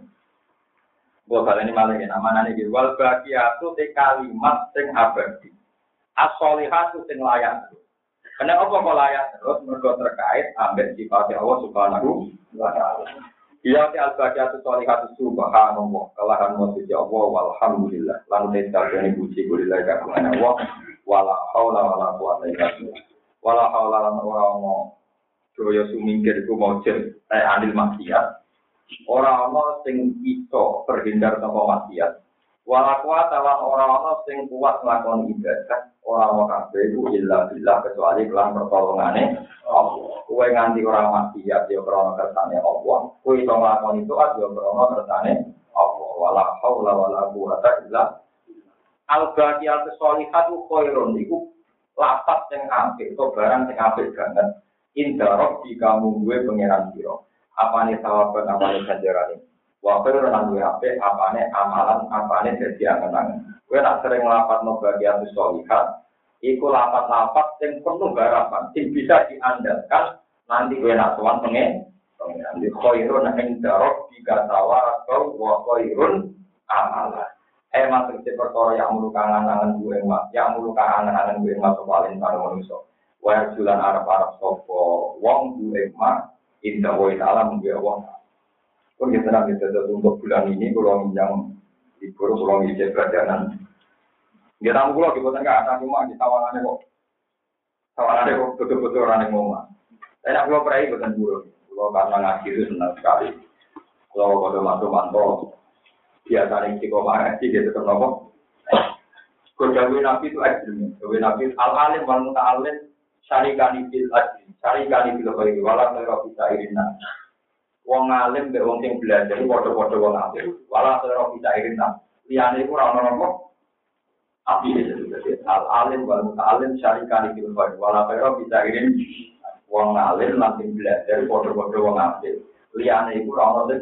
Gua kali ini malah ya nama nani gitu. Wal bagiatu te kalimat sing abadi. As-solihatu sing layak. Karena apa kok layak terus mergo terkait ambek sifat Allah Subhanahu wa taala. Iya te al-bagiatu solihatu subhanallah. Kalahan muji Allah walhamdulillah. Lan te dalane puji kulilah kagungan Allah. Wala haula wala quwata illa billah. Wala haula lan ora ono daya sumingkir iku mujud eh anil maksiat. Orang-orang sing iso terhindar saka maksiat. Wala kuwata lan orang-orang sing kuat nglakoni ibadah, orang-orang kabeh iku illa billah kecuali kelan pertolongane Allah. Kowe nganti ora maksiat ya krana kersane Allah. Kowe iso nglakoni taat ya krana kersane Allah. Wala haula wala quwata illa al-baqiyatu sholihatu khairun iku lapat sing apik to barang sing apik banget. Inda rabbika mungguwe pangeran sira. Apane sawaban apane ganjaran iki. Wa khairu lan duwe apik apane amalan apane dadi angen-angen. Kowe nak sering lapatno bagian sholihat, iku lapat-lapat sing penuh harapan, sing bisa diandalkan nanti kowe nak sowan pengen. Pengen di khairu nak inda rabbika tawakal wa khairun amalan. Eh masuk ke perkara yang mulu kangen-angen duwe mak, yang mulu kangen-angen duwe mak paling karo manusa. Wa julan arep-arep sapa wong duwe mak indah wa ta'ala mungkin Allah. Pun kita nak kita untuk bulan ini kalau yang libur kalau ngisi pelajaran. Kita tahu kalau kita tengah ada rumah di tawangannya kok, tawangannya kok betul-betul orang yang ngomong. Saya nak kalau perai bukan buruk, kalau karena ngaji itu senang sekali. Kalau kalau masuk mantol, biasa nih kalau ngaji gitu kan apa? Kalau nabi itu ekstrim, kalau nabi al-alim wal muta'alim syarikani bil ajri, syarikani bil khairi wala khairu fi sairina. Wong alim mbek wong sing belajar iki padha-padha wong alim. Wala khairu fi sairina. Liyane iku ora ono apa. Api dadi al-alim wal muta'alim syarikani bil khairi wala khairu fi sairin. Wong alim lan sing belajar padha-padha wong alim. Liyane iku ora ono.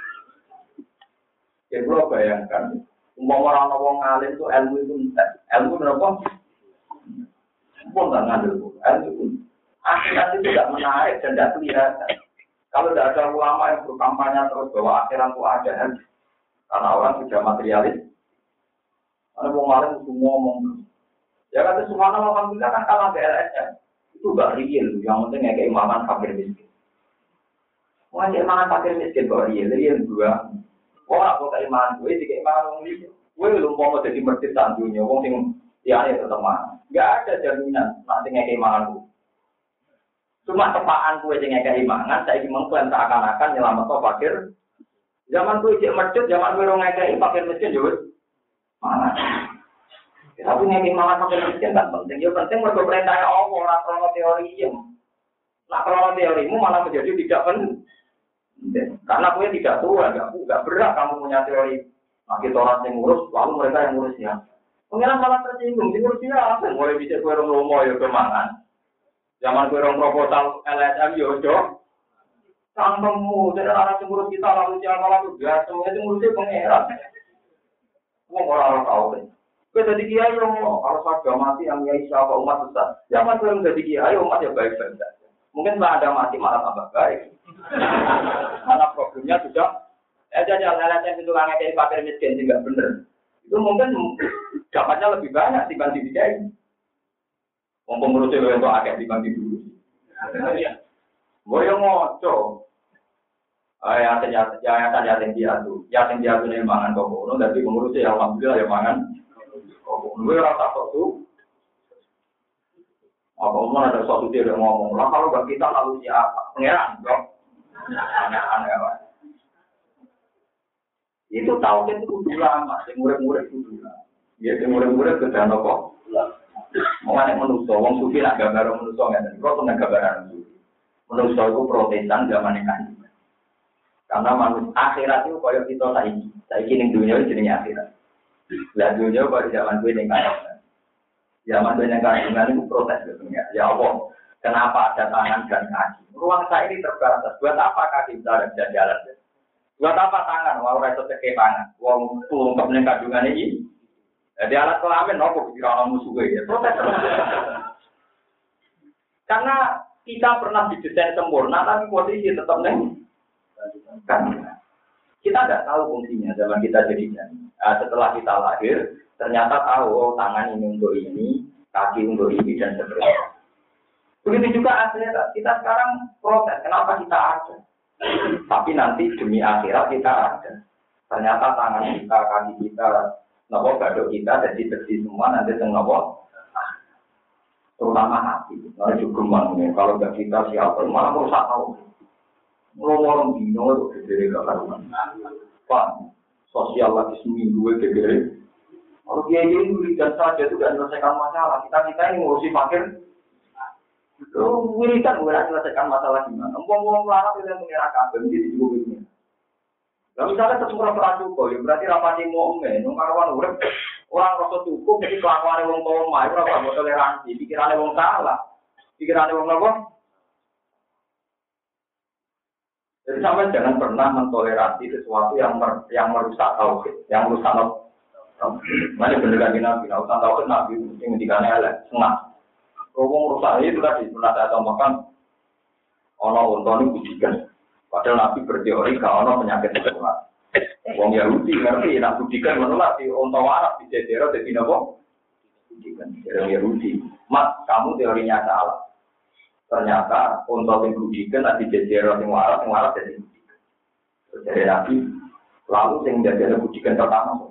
Ya bro bayangkan, umpama ora ono wong alim itu ilmu itu ilmu berapa? Pun tak ngandel, ilmu akhirat itu tidak menarik dan tidak kelihatan. Kalau tidak ada ulama yang berkampanye terus bahwa akhirat itu ada, karena orang sudah materialis, ada wong alim itu ngomong, ya kata subhanallah alhamdulillah kan kalah B L S-nya, itu gak real, yang penting kayak keimanan fakir miskin. Wah keimanan fakir miskin gak real, real dua. Orang aku keimanan gue, di keimanan orang ini, gue belum mau jadi masjid tandunya, wong sing tiane teman. Enggak ada jaminan nanti keimanan gue. Cuma tepaan gue sing keimanan, saya mengklaim seakan-akan nyelametno fakir. Zaman gue cek masjid, zaman gue ora ngekei fakir miskin yo wis. Mana? Tapi keimanan fakir miskin kan penting. Yo penting mergo perintah Allah ora krono teori ya. Nah, krono teorimu malah menjadi tidak penting. Karena gue tidak tua, enggak enggak berat kamu punya teori. Nah, kita orang yang ngurus, lalu mereka yang ngurus ya. Pengiran malah tersinggung, ngurus ya, mulai bisa gue orang lomo ya kemangan. Zaman gue orang proposal L S M ya, Jok. Sangkemu, jadi orang yang ngurus kita lalu siapa lalu biasa, semuanya itu ngurusnya pengiran. Gue orang-orang tahu kan. Gue jadi kiai yang harus ada mati yang kiai siapa umat besar. Zaman gue yang jadi kiai umat ya baik-baik saja. Mungkin setelah ada mati malah tambah baik. Karena problemnya sudah, eh jadi alasan itu orang yang fakir miskin juga benar. Itu mungkin dapatnya lebih banyak dibanding kiai. Wong pengurus itu untuk akeh dibanding dulu. Gue yang ngoco. Ya ternyata ya ternyata yang dia tuh, ya yang dia tuh nih mangan kokono, tapi pengurusnya yang alhamdulillah ya mangan. Gue rasa kok tuh. Apa umum ada suatu dia yang ngomong, lah kalau bagi kita lalu siapa? Pengeran, dong. Aneh-aneh apa? Itu tahu kan itu kudu lama, murid-murid kudu lama. Ya sing murid-murid kedan apa? Mengane manusa, wong sufi nak gambar manusa ngene. Kok tenan gambaran sufi. Manusa iku protesan zamane kan. Karena manusia akhirat itu koyo kita saiki. Saiki ning dunia jenenge akhirat. Lah dunia pada zaman kuwi ning kan. Zaman kuwi ning kan itu protes sebenarnya. Ya Allah, kenapa ada tangan dan kaki? Ruang saya ini terbatas. Buat apa kaki bisa bisa jalan? Buat apa tangan? Mau ora iso teke tangan. Wong tulungkep ning kandungan iki. Jadi alat kelamin nopo kira ana musuhe ya. Protes. Karena kita pernah didesain sempurna tapi posisi tetap ning kan. Kita tidak tahu fungsinya zaman kita jadi janin. Nah, setelah kita lahir, ternyata tahu oh, tangan ini untuk ini, kaki untuk ini dan seterusnya. Begitu juga akhirat. Kita sekarang protes, kenapa kita ada? Tapi nanti demi akhirat kita ada. Ternyata tangan kita, kaki kita, nopo badok kita jadi bersih semua nanti nopo terutama hati. Nah juga mana kalau nggak kita siapa malah merusak tahu. Ngomong dino itu gegere karuan. Pak sosial lagi seminggu gegere. Kalau dia ini wiridan saja itu tidak menyelesaikan masalah. Kita kita ini ngurusi fakir. Itu wiridan bukan menyelesaikan masalah gimana. Ngomong-ngomong larang itu yang mengira kabel di juga ini. Nah, misalnya sesuatu peratu kok, berarti rapati mau men, nungkaruan urip orang rasa cukup, jadi kelakuan wong koma, itu apa mau toleransi, pikirannya wong salah, pikirannya wong apa? Jadi sampai jangan pernah mentoleransi sesuatu yang mer, yang merusak tauhid, yang merusak tauhid. Mana bener lagi nabi, urusan tauhid nabi yang mendikannya elek, senang. Wong rusak itu tadi pernah saya tambahkan, ono untuk ini budikan. Padahal Nabi berteori kalau ada penyakit menular. Wong Yahudi ngerti, nak budikan menular di ontong Arab di Jazirah jadi nopo. Budikan dari Yahudi. Mak, kamu teorinya salah. Ternyata ontong yang budikan di Jazirah yang Arab, yang Arab jadi budikan. Jadi Nabi lalu yang Jazirah budikan pertama.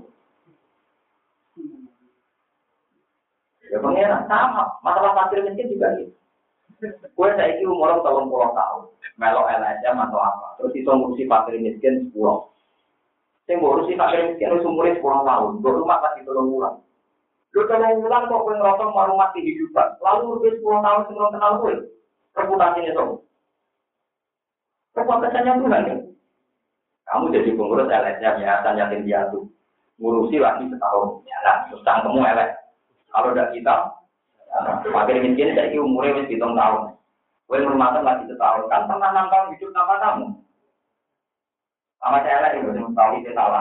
Ya pengen sama, masalah fakir miskin juga gitu. Gue saya itu umur tahun puluh tahun, melok L S M atau apa, terus itu ngurusi fakir miskin sepuluh. Saya ngurusi fakir miskin itu umurnya sepuluh tahun, gue rumah masih tolong ulang. Gue tolong ulang kok gue ngerosong mau rumah kehidupan, lalu lebih sepuluh tahun sebelum kenal gue, reputasinya dong. Reputasinya Tuhan nih. Kamu jadi pengurus L S M Yayasan Yatim Piatu, ngurusi lagi setahun, jalan, terus cangkemmu elek. Kalau udah kita fakir miskin saya ini umurnya masih hitung tahun. Gue merumahkan lagi setahun. Kan pernah enam tahun hidup sama kamu. Sama saya lagi, gue tahu itu salah.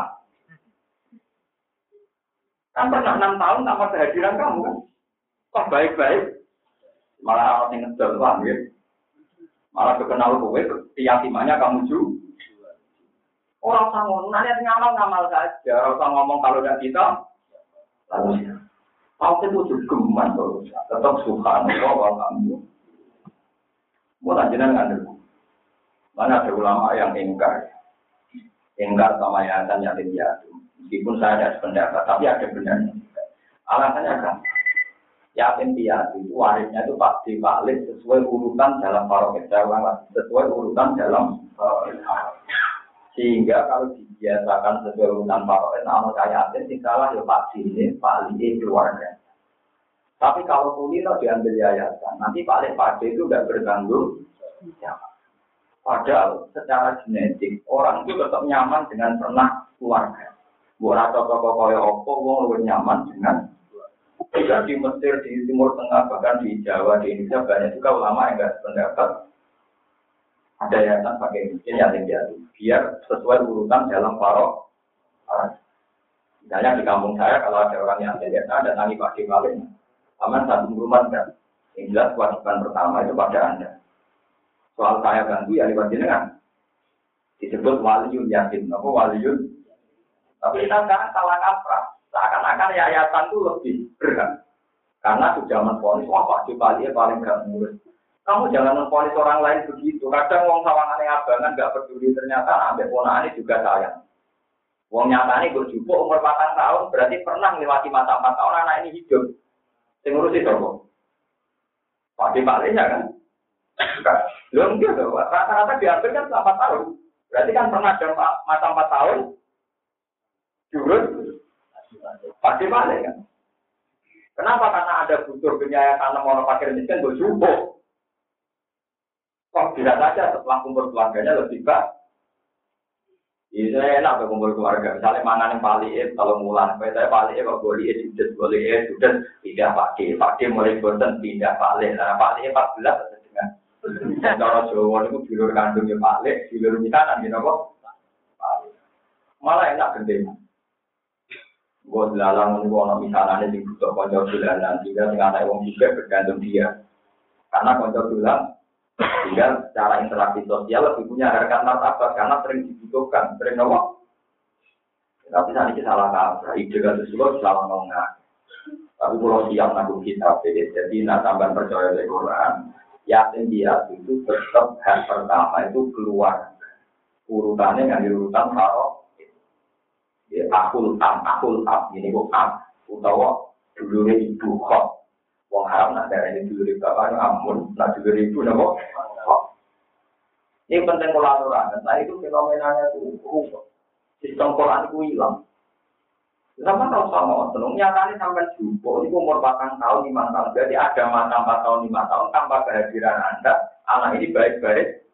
Kan pernah enam tahun sama kehadiran kamu kan. Kok baik-baik. Malah orang yang ngedol, paham ya. Malah kekenal gue, keyakinannya kamu juga. Orang sama, nanya ngamal-ngamal saja. Orang ngomong kalau udah kita, lalu ya. Kau itu geman tuh, tetap subhanallah wa kamu. Mau lanjutan nggak dulu? Mana ada ulama yang ingkar, ingkar sama yayasan yatim piatu. Meskipun saya ada pendapat, tapi ada benarnya. Alasannya kan, yatim piatu itu warisnya itu pasti balik sesuai urutan dalam paroket jalan, sesuai urutan dalam paroket. Sehingga kalau dibiasakan sesuai urutan paroket, namun saya yatim sih salah ya pasti ini paling keluarga. Tapi kalau kulino diambil yayasan, nanti paling pasti itu tidak berganggu. Ya. Padahal secara genetik orang itu tetap nyaman dengan pernah keluarga. Buat toko koyo opo, wong lebih nyaman dengan. Juga di Mesir, di Timur Tengah, bahkan di Jawa, di Indonesia banyak juga ulama yang nggak sependapat. Ada yayasan pakai miskin yatim piatu, biar sesuai urutan dalam parok. Misalnya di kampung saya kalau ada orang yang yatim ada nangi pakai malin. Aman satu rumah kan. Yang jelas kewajiban pertama itu pada Anda. Soal saya bantu ya lewat jenengan. Disebut waliyun yatim, apa waliyun? Tapi kita sekarang salah kaprah. Seakan-akan yayasan itu lebih berat. Karena sudah menfonis, wah Pak Jepali paling gak ngurus. Kamu jangan menfonis orang lain begitu. Kadang wong sawangan yang abangan gak peduli ternyata ambek ponakane juga sayang. Wong nyatane gue jupuk umur empat tahun berarti pernah melewati masa empat tahun anak ini hidup. Sing ngurusi sapa? Pak Jepali ya kan? Belum gitu, rata-rata diambil kan empat tahun. Berarti kan pernah ada masa empat tahun, jurus Pasti balik kan. Kenapa? Karena ada butuh penyayang tanam orang fakir miskin bersyukur. Kok tidak saja setelah kumpul keluarganya lebih baik. Ini saya enak ke kumpul keluarga. Misalnya mangan yang paling kalau mulan, saya paling kok boleh sudah boleh sudah tidak pakai, pakai mulai bosan tidak paling. Nah paling empat belas dengan cara Jawa itu bilur kandungnya paling, bilur mitanan gitu kok. Malah enak gede. Gue dilalang ini kalau misalnya di butuh konco bulanan, sehingga dengan anak orang juga bergantung dia. Karena konco bulan, sehingga secara interaksi sosial lebih punya harkat martabat karena sering dibutuhkan, sering nolong. Tapi saat ini salah kaprah, ide kan sesuatu salah ngomong. Tapi kalau siap nanggung kitab, jadi nak tambah percaya dari Quran, yakin dia itu tetap hal pertama itu keluar. Urutannya yang diurutan kalau ya, akul am, akul am, ini kok am, utawa dulu ibu kok, wong Arab nak darah ini dulu bapak amun, nak dulu ibu nabo kok. Ini penting kolaborasi. Nah itu fenomenanya itu rubah. Sistem Quran itu hilang. Sama kalau sama, senangnya kali sampai jumbo, ini umur batang tahun lima tahun, jadi ada masa empat tahun lima tahun tanpa kehadiran Anda, anak ini baik-baik.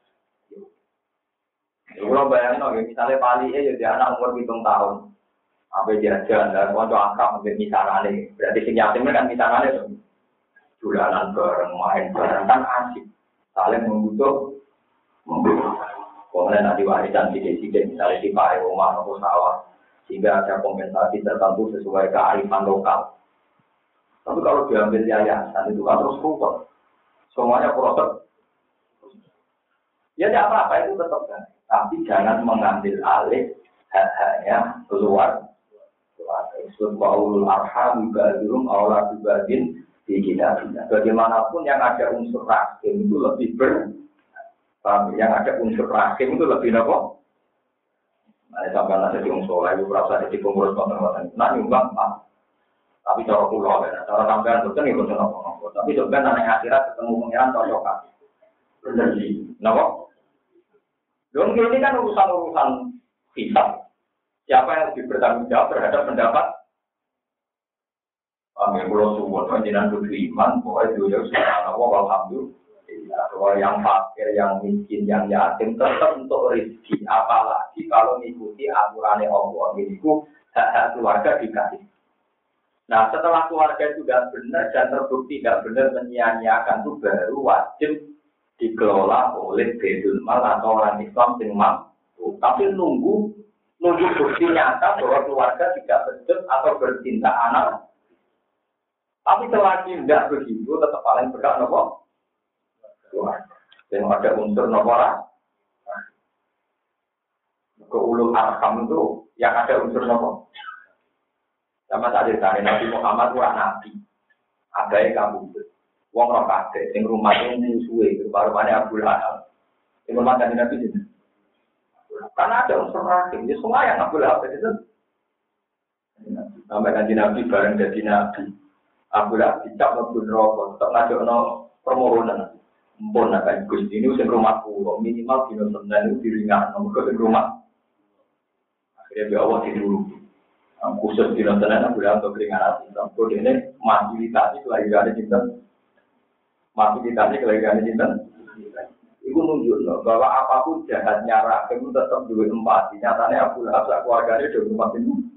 Kalau bayangin, oke, misalnya Pali ya jadi anak umur hitung tahun, apa jajan dan konco akrab mungkin misalnya nih, berarti si yatimnya kan misalnya nih, julanan bareng, main bareng kan asik, saling membutuh, membutuh. Kemudian nanti warisan sidik-sidik misalnya di pakai rumah atau sawah, sehingga ada kompensasi tertentu sesuai kearifan lokal. Tapi kalau diambil yayasan itu kan terus rupet, semuanya proses. Ya tidak apa-apa itu tetap kan. Tapi jangan mengambil alih hak-haknya keluar. Subhanul arham ba'dhum aula bibadin di kita. Bagaimanapun yang ada unsur rahim itu lebih ber, yang ada unsur rahim itu lebih apa? Nah, sampai nanti di unsur lain berasa di pengurus konten-konten. Nah, nyumbang pak. Tapi cara pulau, cara sampean betul nih betul apa? Tapi sebenarnya nanti akhirat ketemu pengiran cocokan. Benar sih. Kenapa? Dong ini kan urusan-urusan hisab. Siapa yang lebih bertanggung jawab terhadap pendapat? Kami pulau suwon, panjenengan kudu iman, pokoknya dia sudah Allah, alhamdulillah. Kalau yang fakir, yang miskin, yang yatim tetap untuk rezeki. Apalagi kalau mengikuti aturannya Allah, itu hak-hak keluarga dikasih. Nah, setelah keluarga itu tidak benar dan terbukti tidak benar menyia-nyiakan itu baru wajib dikelola oleh Baitul Mal atau orang Islam yang mampu. Tapi nunggu nunggu bukti nyata bahwa keluarga tidak betul atau bercinta anak. Tapi selagi tidak begitu, tetap paling berat nopo keluarga. Yang ada unsur nopo ke ulul arham itu yang ada unsur nopo. Sama tadi tadi Nabi Muhammad itu nabi, ada yang kamu wong ora kabeh sing rumate musuhe baru-baru Abu Lahab. Sing rumah kanjeng Nabi itu. Karena ada unsur rahim, ya semua yang Abu Lahab itu. Sampai kanjeng Nabi bareng jadi nabi. Abu Lahab dicap mlebu neraka, tetep ngajakno permohonan. Mumpun akan Gusti ini sing rumahku, minimal dino Senin itu diringakno mergo sing rumah. Akhirnya dia awak dulu. Khusus dino Senin Abu Lahab keringan ati. Sampo dene fasilitasi kelahiran cinta. Masih ditanya kelahiran cinta, itu menunjukkan bahwa apapun jahatnya rahim itu tetap dua empati. Nyatanya Abu Lahab keluarganya dua empat itu